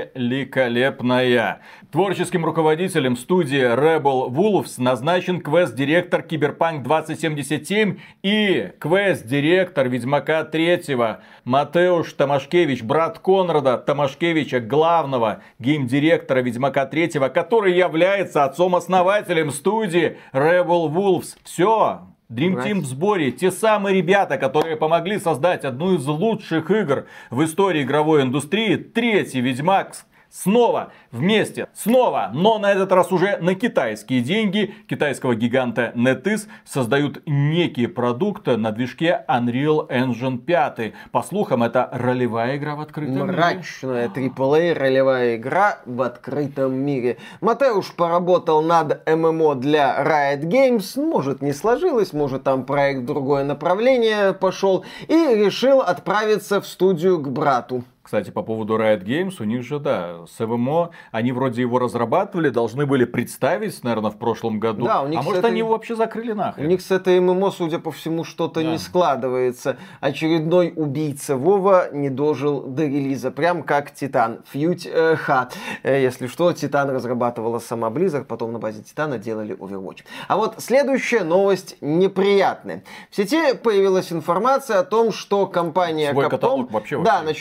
великолепная. Творческим руководителем студии Rebel Wolves назначен квест-директор Cyberpunk 2077 и квест-директор Ведьмака 3 Матеуш Томашкевич, брат Конрада Томашкевича, главного гейм-директора Ведьмака 3, который является отцом-основателем студии Rebel Wolves. Все. Dream Team в сборе. Те самые ребята, которые помогли создать одну из лучших игр в истории игровой индустрии. Третий Ведьмак. Снова вместе, снова, но на этот раз уже на китайские деньги китайского гиганта NetEase создают некие продукты на движке Unreal Engine 5. По слухам, это ролевая игра в открытом мире. Мрачная AAA ролевая игра в открытом мире. Матеуш поработал над ММО для Riot Games. Может, не сложилось, может, там проект в другое направление пошел. И решил отправиться в студию к брату. Кстати, по поводу Riot Games, у них же, да, с ММО, они вроде его разрабатывали, должны были представить, наверное, в прошлом году. Да, у них может, они его вообще закрыли нахрен? У них с этой ММО, судя по всему, что-то не складывается. Очередной убийца Вова не дожил до релиза, прям как Титан. Фьють ха. Если что, Титан разрабатывала сама Blizzard, потом на базе Титана делали Overwatch. А вот следующая новость неприятная. В сети появилась информация о том, что компания Capcom начала добывать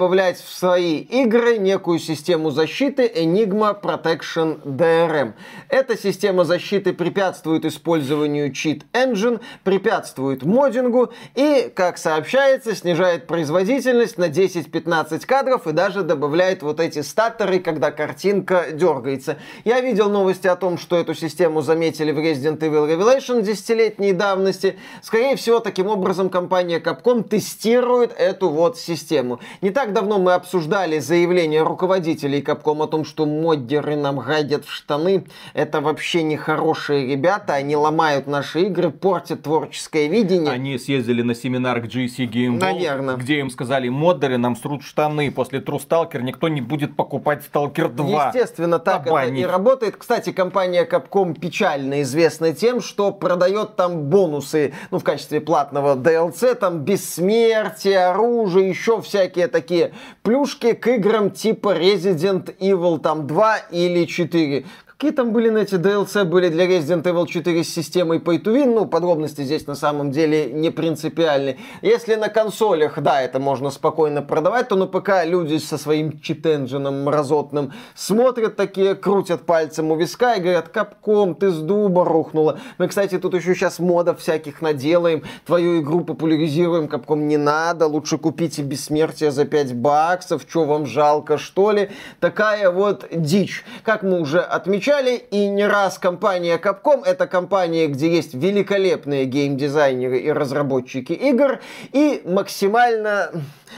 добавлять в свои игры некую систему защиты Enigma Protection DRM. Эта система защиты препятствует использованию Cheat Engine, препятствует моддингу и, как сообщается, снижает производительность на 10-15 кадров и даже добавляет вот эти статтеры, когда картинка дергается. Я видел новости о том, что эту систему заметили в Resident Evil Revelation 10-летней давности. Скорее всего, таким образом компания Capcom тестирует эту вот систему. Не так давно мы обсуждали заявление руководителей Capcom о том, что моддеры нам гадят в штаны. Это вообще не хорошие ребята, они ломают наши игры, портят творческое видение. Они съездили на семинар к GC Game World, наверное, где им сказали: моддеры нам срут штаны, после True Stalker никто не будет покупать Stalker 2. Естественно, так это и работает. Кстати, компания Capcom печально известна тем, что продает там бонусы, в качестве платного DLC, там бессмертие, оружие, еще всякие такие плюшки к играм типа Resident Evil там 2 или 4. Какие там были на эти DLC, были для Resident Evil 4 с системой Pay to Win, подробности здесь на самом деле не принципиальны. Если на консолях, да, это можно спокойно продавать, то на ПК люди со своим чит-энджином мразотным смотрят такие, крутят пальцем у виска и говорят: Capcom, ты с дуба рухнула. Мы, кстати, тут еще сейчас модов всяких наделаем, твою игру популяризируем, Capcom, не надо, лучше купите бессмертие за $5, что вам жалко, что ли? Такая вот дичь. Как мы уже отмечали, и не раз компания Capcom — это компания, где есть великолепные геймдизайнеры и разработчики игр, и максимально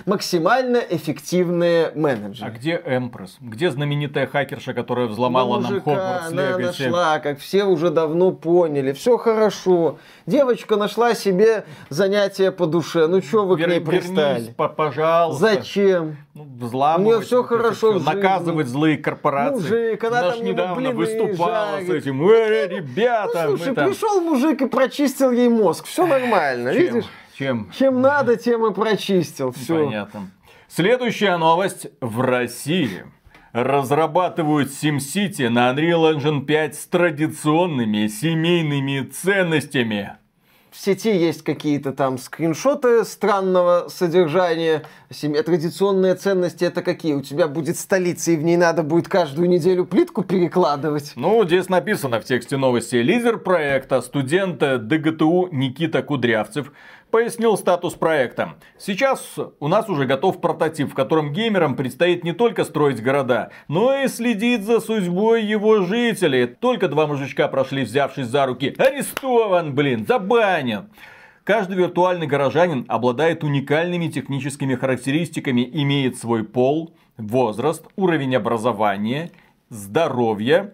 эффективные менеджеры. А где Empress? Где знаменитая хакерша, которая взломала нам Хогвартс Легаси? Она нашла, как все уже давно поняли. Все хорошо. Девочка нашла себе занятие по душе. Чё вы к ней пристали? Пожалуйста. Зачем? Взламывать. У нее все хорошо в жизни. Наказывать злые корпорации. Мужик, она там недавно выступала с этим. Ребята, слушай, пришел мужик и прочистил ей мозг. Все нормально, видишь? Чем надо, тем и прочистил. Все. Понятно. Следующая новость. В России разрабатывают SimCity на Unreal Engine 5 с традиционными семейными ценностями. В сети есть какие-то там скриншоты странного содержания. Традиционные ценности — это какие? У тебя будет столица, и в ней надо будет каждую неделю плитку перекладывать. Здесь написано в тексте новости. Лидер проекта, студент ДГТУ Никита Кудрявцев, пояснил статус проекта. Сейчас у нас уже готов прототип, в котором геймерам предстоит не только строить города, но и следить за судьбой его жителей. Только два мужичка прошли, взявшись за руки. Арестован, забанен. Каждый виртуальный горожанин обладает уникальными техническими характеристиками, имеет свой пол, возраст, уровень образования, здоровье.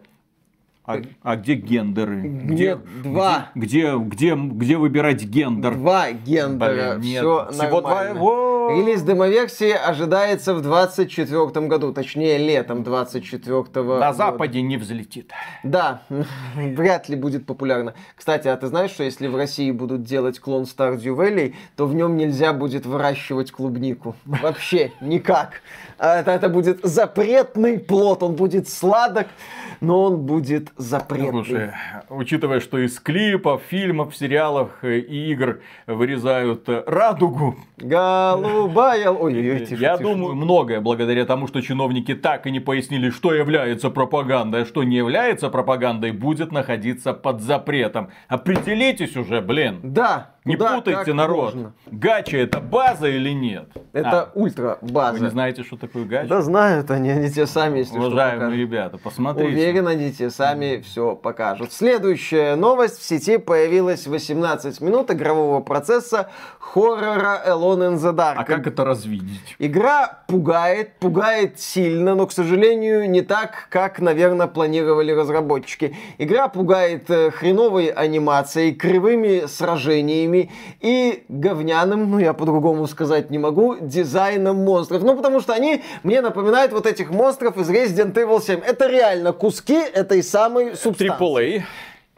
А где гендеры? Два. Где выбирать гендер? Два гендера. Все нормально. Релиз демоверсии ожидается в 2024 году. Точнее, летом 2024 года. На Западе не взлетит. Да, вряд ли будет популярно. Кстати, а ты знаешь, что если в России будут делать клон Stardew Valley, то в нем нельзя будет выращивать клубнику? Вообще никак. Это будет запретный плод. Он будет сладок, но он будет запретный. Слушай, учитывая, что из клипов, фильмов, сериалов и игр вырезают радугу. Голубая. Я думаю, многое благодаря тому, что чиновники так и не пояснили, что является пропагандой, а что не является пропагандой, будет находиться под запретом. Определитесь уже, Да. Не путайте народ. Можно. Гача — это база или нет? Это ультра база. Вы не знаете, что такое гача? Да знают они те сами, если уважаемые ребята, посмотрите. Уверен, они те сами все покажут. Следующая новость. В сети появилась 18 минут игрового процесса хоррора Alone in the Dark. А как это развидеть? Игра пугает сильно, но, к сожалению, не так, как, наверное, планировали разработчики. Игра пугает хреновой анимацией, кривыми сражениями и говняным, я по-другому сказать не могу, дизайном монстров. Потому что они мне напоминают вот этих монстров из Resident Evil 7. Это реально куски этой самой субстанции. AAA.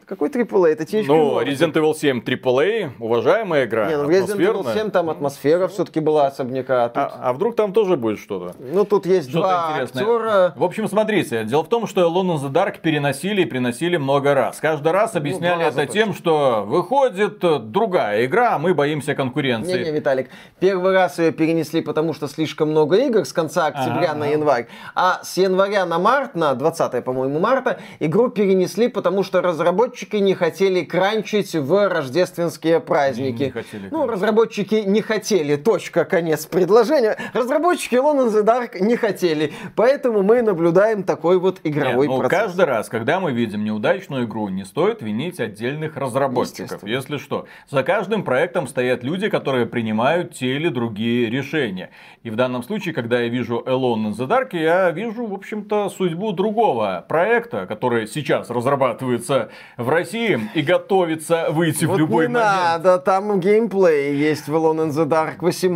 Какой AAA? Это THQ Ну, Nordic. Resident Evil 7 AAA, уважаемая игра. Не, ну в Resident Evil 7 там атмосфера все-таки была особняка. А, тут... а вдруг там тоже будет что-то? Ну, тут есть Что-то два интересное. актера. В общем, смотрите, дело в том, что Alone in the Dark переносили и приносили много раз. Каждый раз объясняли раза это тем, что выходит другая игра, а мы боимся конкуренции. Не, Виталик, первый раз ее перенесли, потому что слишком много игр с конца октября на январь. А с января на март, на 20, по-моему, марта, игру перенесли, потому что разработчики не хотели кранчить в рождественские праздники. Не хотели, ну, разработчики не хотели, точка, конец предложения. Разработчики Alone in the Dark не хотели. Поэтому мы наблюдаем такой вот игровой процесс. Каждый раз, когда мы видим неудачную игру, не стоит винить отдельных разработчиков. Если что, за каждым проектом стоят люди, которые принимают те или другие решения. И в данном случае, когда я вижу Alone in the Dark, я вижу, в общем-то, судьбу другого проекта, который сейчас разрабатывается в России и готовится выйти в любой момент. Надо, там геймплей есть в Alone in the Dark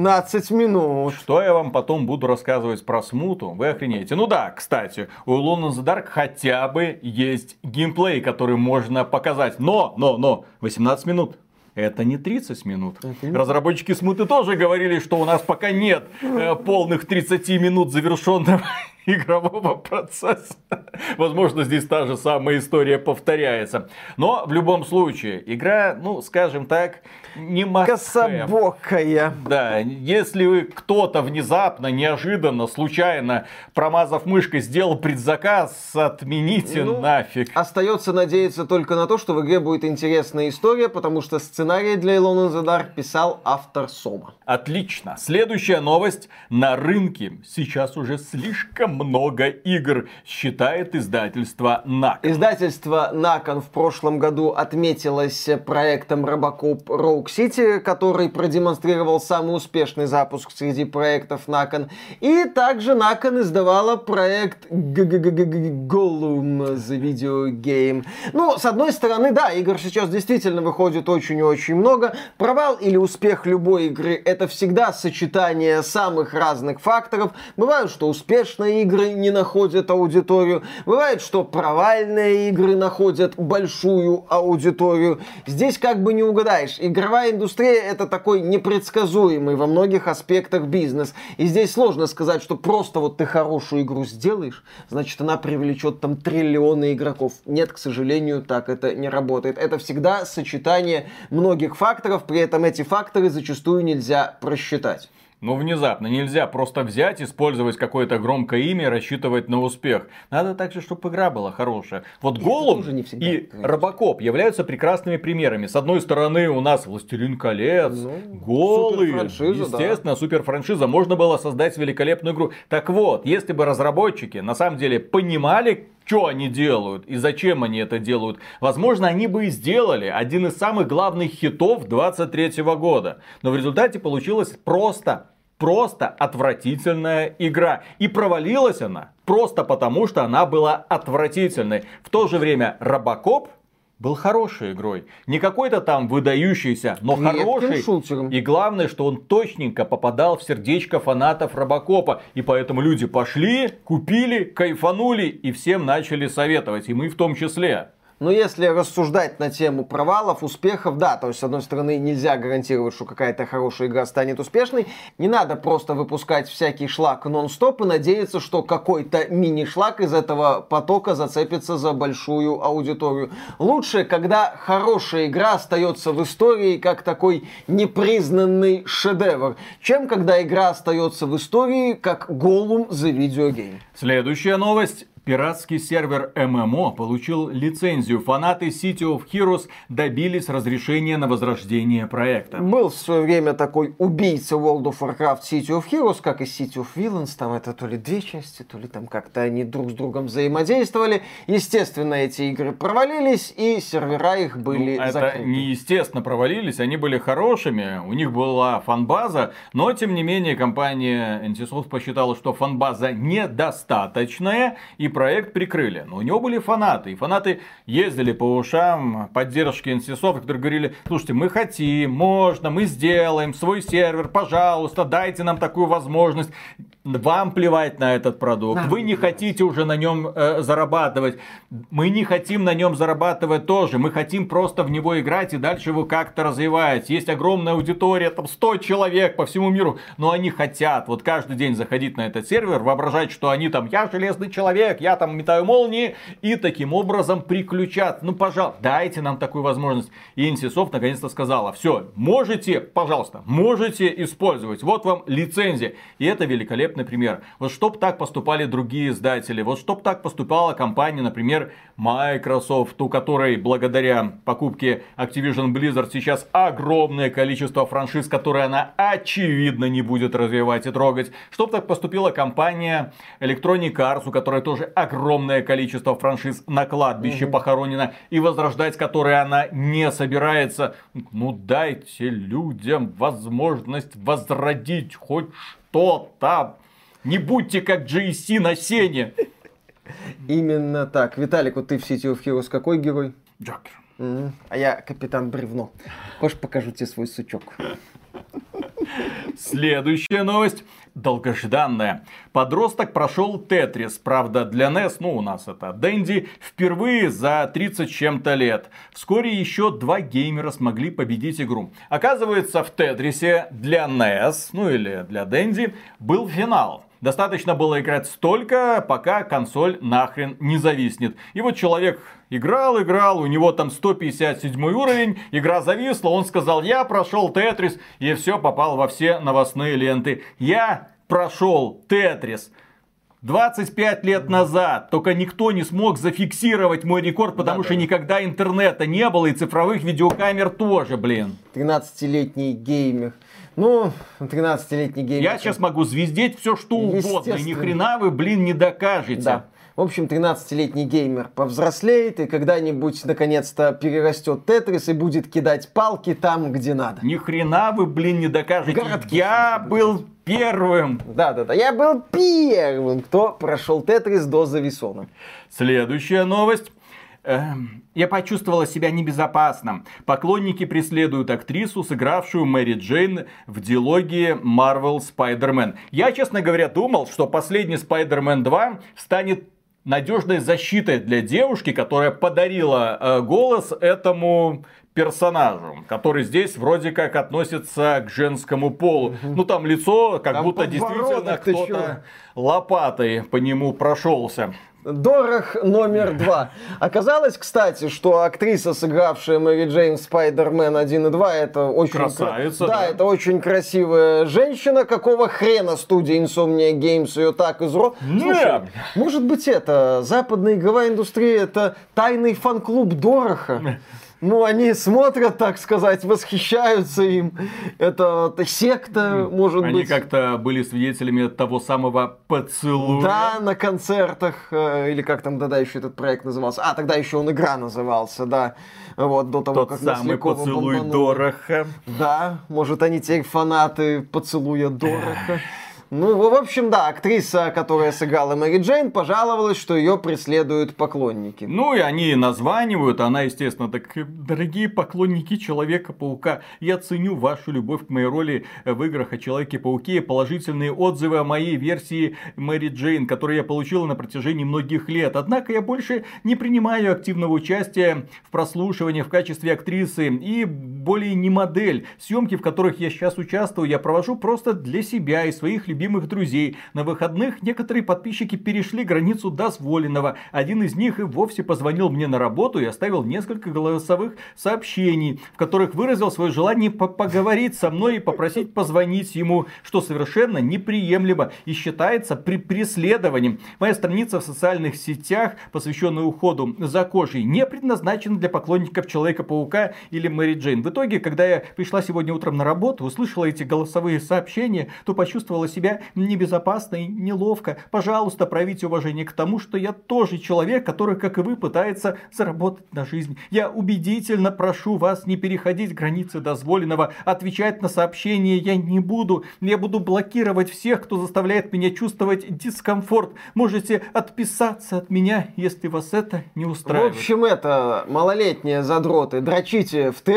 18 минут. Что я вам потом буду рассказывать про смуту, вы охренеете. Ну да, кстати, у Alone in the Dark хотя бы есть геймплей, который можно показать. Но, 18 минут. Это не 30 минут. Разработчики смуты тоже говорили, что у нас пока нет полных 30 минут завершенного игрового процесса. Возможно, здесь та же самая история повторяется. Но в любом случае, игра, ну, скажем так, не кособокая. Да, если кто-то внезапно, неожиданно, случайно, промазав мышкой, сделал предзаказ, отмените нафиг. Остается надеяться только на то, что в игре будет интересная история, потому что сценарий для Alone in the Dark писал автор Сома. Отлично. Следующая новость. На рынке сейчас уже слишком много игр, считает издательство Nacon. Издательство Nacon в прошлом году отметилось проектом Robocop Rogue City, который продемонстрировал самый успешный запуск среди проектов Nacon. И также Nacon издавала проект Gollum The Video Game. Ну, с одной стороны, да, игр сейчас действительно выходит очень и очень много. Провал или успех любой игры — это всегда сочетание самых разных факторов. Бывает, что успешные игры не находят аудиторию. Бывает, что провальные игры находят большую аудиторию. Здесь как бы не угадаешь. Игровая индустрия — это такой непредсказуемый во многих аспектах бизнес. И здесь сложно сказать, что просто вот ты хорошую игру сделаешь, значит, она привлечет там триллионы игроков. Нет, к сожалению, так это не работает. Это всегда сочетание многих факторов, при этом эти факторы зачастую нельзя просчитать. Ну, внезапно нельзя просто взять, использовать какое-то громкое имя и рассчитывать на успех. Надо также, чтобы игра была хорошая. Вот Голум и Робокоп являются прекрасными примерами. С одной стороны, у нас Властелин колец, голый, естественно, суперфраншиза. Можно было создать великолепную игру. Так вот, если бы разработчики на самом деле понимали, что они делают и зачем они это делают, возможно, они бы и сделали один из самых главных хитов 23 года. Но в результате получилось просто отвратительная игра. И провалилась она просто потому, что она была отвратительной. В то же время Робокоп был хорошей игрой. Не какой-то там выдающийся, но хороший. И главное, что он точненько попадал в сердечко фанатов Робокопа. И поэтому люди пошли, купили, кайфанули и всем начали советовать. И мы в том числе. Но если рассуждать на тему провалов, успехов, да, то есть, с одной стороны, нельзя гарантировать, что какая-то хорошая игра станет успешной. Не надо просто выпускать всякий шлак нон-стоп и надеяться, что какой-то мини-шлак из этого потока зацепится за большую аудиторию. Лучше, когда хорошая игра остается в истории как такой непризнанный шедевр, чем когда игра остается в истории как Gollum The Video Game. Следующая новость. Пиратский сервер ММО получил лицензию. Фанаты City of Heroes добились разрешения на возрождение проекта. Был в свое время такой убийца World of Warcraft City of Heroes, как и City of Villains. Там это то ли две части, то ли там как-то они друг с другом взаимодействовали. Естественно, эти игры провалились, и сервера их были закрыты. Это не естественно провалились, они были хорошими, у них была фан-база, но тем не менее компания NCSoft посчитала, что фан-база недостаточная, и проект прикрыли. Но у него были фанаты. И фанаты ездили по ушам поддержки NCSoft, которые говорили: слушайте, мы хотим, можно, мы сделаем свой сервер, пожалуйста, дайте нам такую возможность. Вам плевать на этот продукт. Вы не хотите уже на нем зарабатывать. Мы не хотим на нем зарабатывать тоже. Мы хотим просто в него играть и дальше его как-то развивать. Есть огромная аудитория, там 100 человек по всему миру. Но они хотят вот каждый день заходить на этот сервер, воображать, что они там, я железный человек, я там метаю молнии. И таким образом приключат. Ну, пожалуйста, дайте нам такую возможность. И NCSoft наконец-то сказала, все, можете, пожалуйста, можете использовать. Вот вам лицензия. И это великолепный пример. Вот чтоб так поступали другие издатели. Вот чтоб так поступала компания, например, Microsoft, у которой благодаря покупке Activision Blizzard сейчас огромное количество франшиз, которые она очевидно не будет развивать и трогать. Чтоб так поступила компания Electronic Arts, у которой тоже огромное количество франшиз на кладбище похоронено и возрождать которые она не собирается. Ну дайте людям возможность возродить хоть что-то. Не будьте как GSC на сене. Именно так. Виталик, вот ты в City of Heroes какой герой? Джокер. А я капитан Бревно. Хочешь, покажу тебе свой сучок? Следующая новость. Долгожданная. Подросток прошел Тетрис. Правда, для NES, ну у нас это Dendy, впервые за 30 с чем-то лет. Вскоре еще 2 геймера смогли победить игру. Оказывается, в Тетрисе для NES, ну или для Dendy, был финал. Достаточно было играть столько, пока консоль нахрен не зависнет. И вот человек играл, у него там 157 уровень, игра зависла, он сказал, я прошел Тетрис, и все, попал во все новостные ленты. Я прошел Тетрис 25 лет назад, только никто не смог зафиксировать мой рекорд, потому что никогда интернета не было, и цифровых видеокамер тоже, блин. 13-летний геймер. Ну, 13-летний геймер. Я сейчас могу звездеть все что угодно, и ни хрена вы, блин, не докажете. Да. В общем, 13-летний геймер повзрослеет и когда-нибудь наконец-то перерастет Тетрис и будет кидать палки там, где надо. Ни хрена вы, блин, не докажете. Я был первым. Да. Я был первым, кто прошел Тетрис до зависона. Следующая новость. Я почувствовала себя небезопасным. Поклонники преследуют актрису, сыгравшую Мэри Джейн в дилогии Marvel Spider-Man. Я, честно говоря, думал, что последний Spider-Man 2 станет надежной защитой для девушки, которая подарила голос этому персонажу, который здесь вроде как относится к женскому полу. Ну там лицо, как там будто действительно кто-то лопатой по нему прошелся. Дорох номер 2. Оказалось, кстати, что актриса, сыгравшая Мэри Джейн в Spider-Man 1 и 2, это очень... Красавица, да, это очень красивая женщина. Какого хрена студия Insomniac Games ее так изро... Слушай, может быть это, западная игровая индустрия, это тайный фан-клуб Дороха? Ну, они смотрят, так сказать, восхищаются им. Это секта, может быть. Они как-то были свидетелями того самого поцелуя. Да, на концертах. Или как там тогда еще этот проект назывался. А, тогда еще он «Игра» назывался, да. Вот, до того, тот как самый поцелуй бомбануло. Дороха. Да, может, они теперь фанаты поцелуя Дороха. Ну, в общем, да, актриса, которая сыграла Мэри Джейн, пожаловалась, что ее преследуют поклонники. Ну, и они названивают, она, естественно, так, дорогие поклонники Человека-паука, я ценю вашу любовь к моей роли в играх о Человеке-пауке, положительные отзывы о моей версии Мэри Джейн, которую я получила на протяжении многих лет. Однако я больше не принимаю активного участия в прослушивании в качестве актрисы и более не модель. Съемки, в которых я сейчас участвую, я провожу просто для себя и своих любимых друзей. На выходных некоторые подписчики перешли границу дозволенного. Один из них и вовсе позвонил мне на работу и оставил несколько голосовых сообщений, в которых выразил свое желание поговорить со мной и попросить позвонить ему, что совершенно неприемлемо и считается преследованием. Моя страница в социальных сетях, посвященная уходу за кожей, не предназначена для поклонников Человека-паука или Мэри Джейн. В итоге, когда я пришла сегодня утром на работу, услышала эти голосовые сообщения, то почувствовала себя небезопасно и неловко. Пожалуйста, проявите уважение к тому, что я тоже человек, который, как и вы, пытается заработать на жизнь. Я убедительно прошу вас не переходить границы дозволенного, отвечать на сообщения я не буду. Я буду блокировать всех, кто заставляет меня чувствовать дискомфорт. Можете отписаться от меня, если вас это не устраивает. В общем, это малолетние задроты. Дрочите в Тетрис и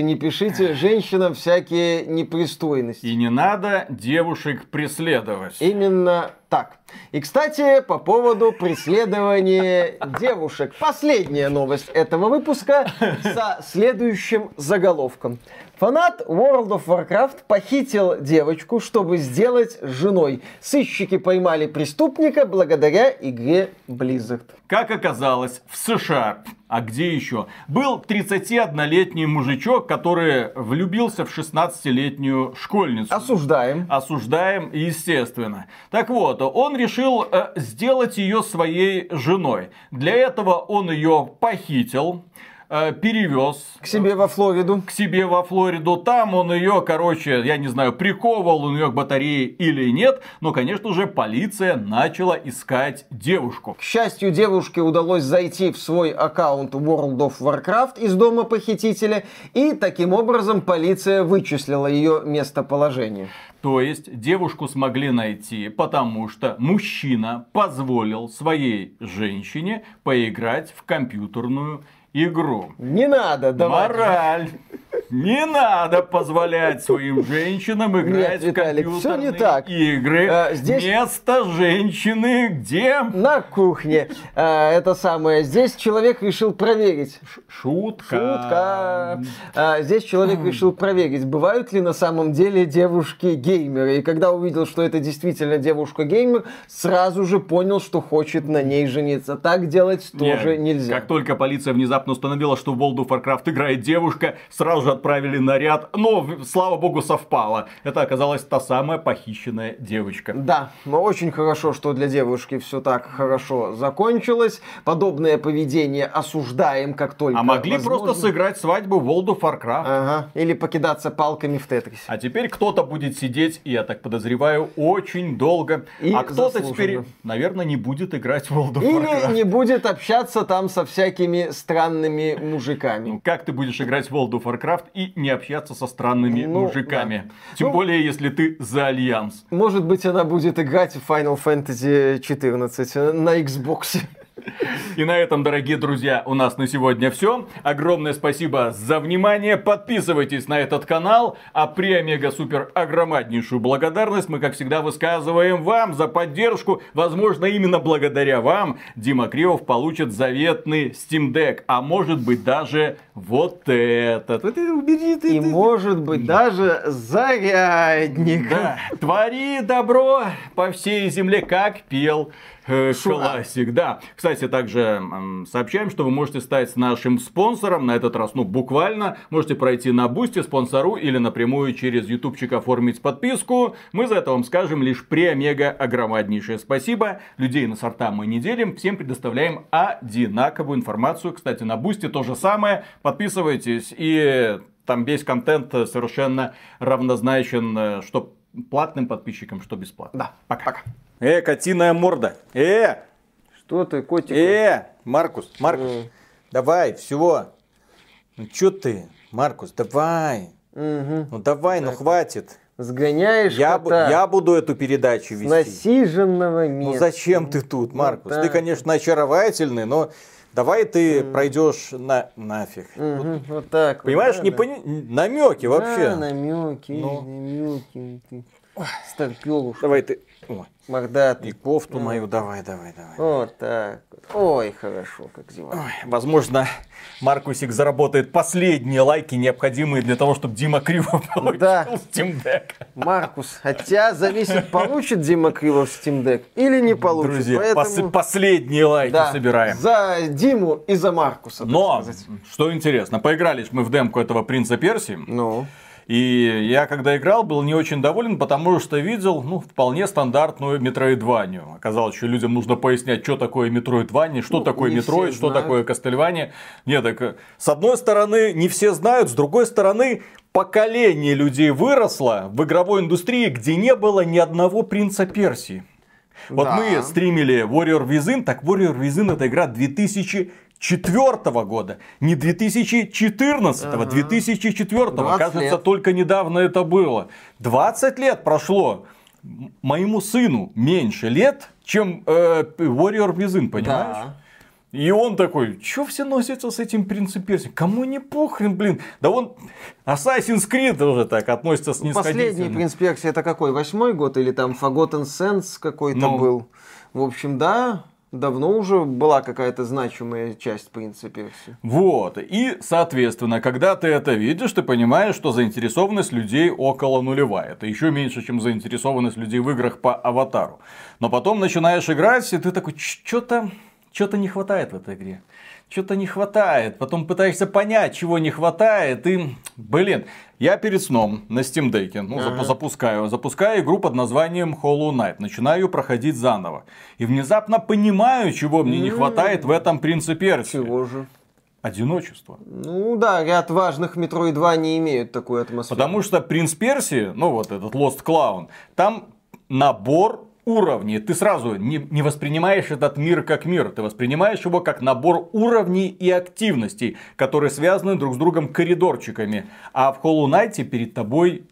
не пишите женщинам всякие непристойности. И не надо девушек преследовать. Именно так. И, кстати, по поводу преследования девушек. Последняя новость этого выпуска со следующим заголовком. Фанат World of Warcraft похитил девочку, чтобы сделать женой. Сыщики поймали преступника благодаря игре Blizzard. Как оказалось, в США, а где еще, был 31-летний мужичок, который влюбился в 16-летнюю школьницу. Осуждаем. Осуждаем, естественно. Так вот, он решил сделать ее своей женой. Для этого он ее похитил, перевез К себе во Флориду. к себе во Флориду. Там он ее, я не знаю, приковывал он ее к батарее или нет. Но, конечно же, полиция начала искать девушку. К счастью, девушке удалось зайти в свой аккаунт World of Warcraft из дома похитителя, и таким образом полиция вычислила ее местоположение. То есть девушку смогли найти, потому что мужчина позволил своей женщине поиграть в компьютерную игру. Не надо давать. Мораль. Не надо позволять своим женщинам играть Нет, Виталик, в всё не компьютерные так. игры. Здесь- Место женщины где? На кухне. Это самое. Здесь человек решил проверить. Шутка. Здесь человек решил проверить, бывают ли на самом деле девушки-геймеры. И когда увидел, что это действительно девушка-геймер, сразу же понял, что хочет на ней жениться. Так делать тоже нельзя. Как только полиция внезапно установила, что в World of Warcraft играет девушка, сразу же отправили наряд. Но, слава богу, совпало. Это оказалась та самая похищенная девочка. Да, но очень хорошо, что для девушки все так хорошо закончилось. Подобное поведение осуждаем, как только А могли возможно. просто сыграть свадьбу в World of Warcraft. Ага. Или покидаться палками в Тетрисе. А теперь кто-то будет сидеть, я так подозреваю, очень долго. И а кто-то заслуженно. теперь, наверное, не будет играть в World of Или Warcraft. не будет общаться там со всякими странными мужиками. Ну, как ты будешь играть в World of Warcraft и не общаться со странными Ну, мужиками? да. Тем Ну, более, если ты за Альянс. Может быть, она будет играть в Final Fantasy 14 на Xbox. И на этом, дорогие друзья, у нас на сегодня все. Огромное спасибо за внимание. Подписывайтесь на этот канал. А при Омега Супер огромнейшую благодарность мы, как всегда, высказываем вам за поддержку. Возможно, именно благодаря вам Дима Кривов получит заветный Steam Deck. А может быть, даже вот этот. Вот это убери ты. И может быть даже зарядник. Да. Твори добро по всей земле, как пел классик. Да. Кстати, также сообщаем, что вы можете стать нашим спонсором. На этот раз, буквально. Можете пройти на Бусти, спонсору или напрямую через ютубчик оформить подписку. Мы за это вам скажем лишь премега огромнейшее спасибо. Людей на сорта мы не делим. Всем предоставляем одинаковую информацию. Кстати, на Бусти то же самое. Подписывайтесь. И там весь контент совершенно равнозначен, что платным подписчикам, что бесплатно. Да. Пока. Котиная морда. Что ты, котик? Маркус, давай, всего. Ну чё ты, Маркус, давай. Угу. Ну давай, хватит. Сгоняешь кота Я буду эту передачу с вести. насиженного места. Ну зачем ты тут, Маркус? так. Ты, конечно, очаровательный, но давай ты пройдешь нафиг. Вот так. Понимаешь, вот, намеки вообще. Да, намеки, Ну. намеки. Старпёруш. Давай ты. Мордатый. И кофту мою давай. Вот так. Ой, хорошо, как зевать. Возможно, Маркусик заработает последние лайки, необходимые для того, чтобы Дима Кривов получил Да. Steam Deck. Маркус, от тебя зависит, получит Дима Кривов Steam Deck или не получит. Друзья, Поэтому... последние лайки Да, собираем. за Диму и за Маркуса, так Но, сказать. что интересно, поигрались мы в демку этого Принца Персии. Ну, И я, когда играл, был не очень доволен, потому что видел, вполне стандартную метроидванию. Оказалось, что людям нужно пояснять, что такое метроидвания, что такое не метроид, все что знают. такое Кастельвания. Нет, так с одной стороны, не все знают, с другой стороны, поколение людей выросло в игровой индустрии, где не было ни одного Принца Персии. Вот Да. мы стримили Warrior Within, так Warrior Within это игра 2004 года, не 2014, 2004. 20 Кажется, лет. только недавно это было. 20 лет прошло. Моему сыну меньше лет, чем Warrior Within, понимаешь? да. И он такой, чё все носятся с этим принцем Персии? Кому не похрен, блин? Да он Assassin's Creed уже так относится снисходительно. Последний принц Персии это какой? 8-й год или там Forgotten Sands какой-то был? В общем, да, давно уже была какая-то значимая часть принца Персии. Вот. И, соответственно, когда ты это видишь, ты понимаешь, что заинтересованность людей около нулевая. Это еще меньше, чем заинтересованность людей в играх по Аватару. Но потом начинаешь играть, и ты такой, что-то не хватает в этой игре. Что-то не хватает. Потом пытаешься понять, чего не хватает. И, блин, я перед сном на Steam Deck запускаю игру под названием Hollow Knight. Начинаю ее проходить заново. И внезапно понимаю, чего мне не хватает в этом принце Персии. Чего же? Одиночество. Ну да, ряд важных Metroid не имеют такой атмосферы. Потому что принц Персии, ну вот этот Lost Clown, там набор уровней. Ты сразу не воспринимаешь этот мир как мир. Ты воспринимаешь его как набор уровней и активностей, которые связаны друг с другом коридорчиками. А в Hollow Knight перед тобой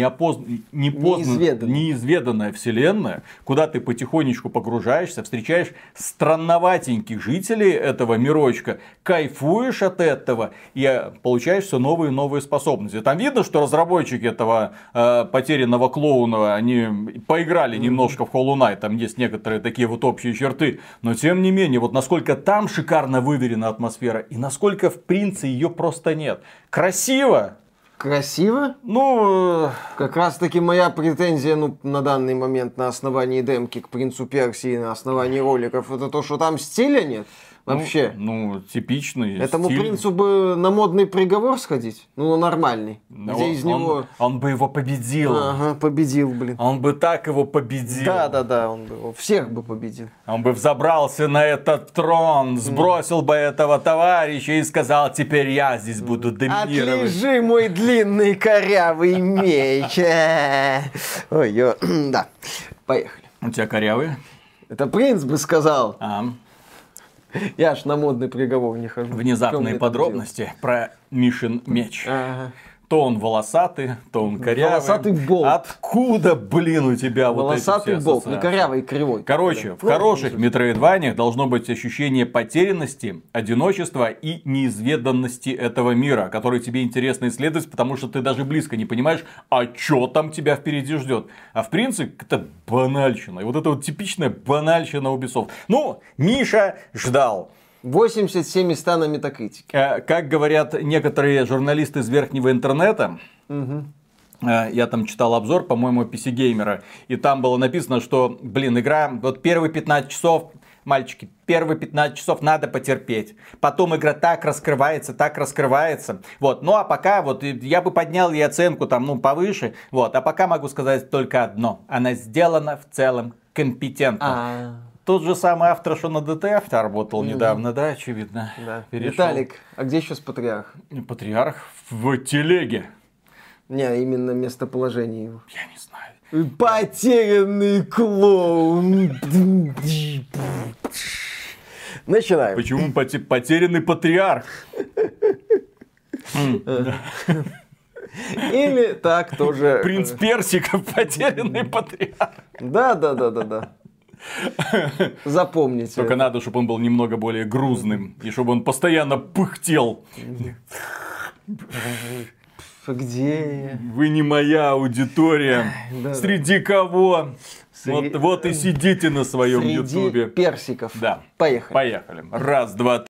неизведанная вселенная, куда ты потихонечку погружаешься, встречаешь странноватеньких жителей этого мирочка, кайфуешь от этого и получаешь все новые и новые способности. Там видно, что разработчики этого потерянного клоуна, они поиграли немножко в Hollow Knight, там есть некоторые такие вот общие черты, но тем не менее, вот насколько там шикарно выверена атмосфера и насколько в принце ее просто нет. Красиво! Красиво? Ну, как раз таки моя претензия, на данный момент на основании демки к принцу Персии, на основании роликов, это то, что там стиля нет. Вообще. Типичный Этому стиль. принцу бы на модный приговор сходить. Нормальный. Где из него... Он бы его победил. Ага, победил, блин. Он бы так его победил. Да, он бы его всех бы победил. Он бы взобрался на этот трон, сбросил бы этого товарища и сказал, теперь я здесь буду доминировать. Отлежи мой длинный корявый меч. Ой, да. Поехали. У тебя корявый? Это принц бы сказал. А. Я аж на модный приговор не хожу. Внезапные подробности про Мишин меч. Ага. То он волосатый, то он корявый. Волосатый болт. Откуда, блин, у тебя волосатый вот эти все болт, ассоциации? не корявый, кривой. Короче, в хороших метроидваниях должно быть ощущение потерянности, одиночества и неизведанности этого мира, который тебе интересно исследовать, потому что ты даже близко не понимаешь, а что там тебя впереди ждет. А в принципе, это банальщина. И вот это вот типичная банальщина Ubisoft. Миша ждал. 87 места на Метакритике. Как говорят некоторые журналисты из верхнего интернета, я там читал обзор, по-моему, PC Gamer, и там было написано, что, игра, вот первые 15 часов, мальчики, первые 15 часов надо потерпеть. Потом игра так раскрывается. Вот. Ну а пока вот я бы поднял ей оценку там, повыше. Вот. А пока могу сказать только одно. Она сделана в целом компетентно. Тот же самый автор, что на DTF работал недавно, да, очевидно. Да. Перешел. Виталик, а где сейчас Патриарх? Патриарх в телеге. Не, именно местоположение его. Я не знаю. Потерянный клоун. Начинаем. Почему потерянный патриарх? Или так тоже. Принц Персиков, потерянный патриарх. Да. Запомните. Только надо, чтобы он был немного более грузным. И чтобы он постоянно пыхтел. Где? Вы не моя аудитория. Среди кого? Вот и сидите на своем ютубе. Персиков. Да. Поехали. Раз, два,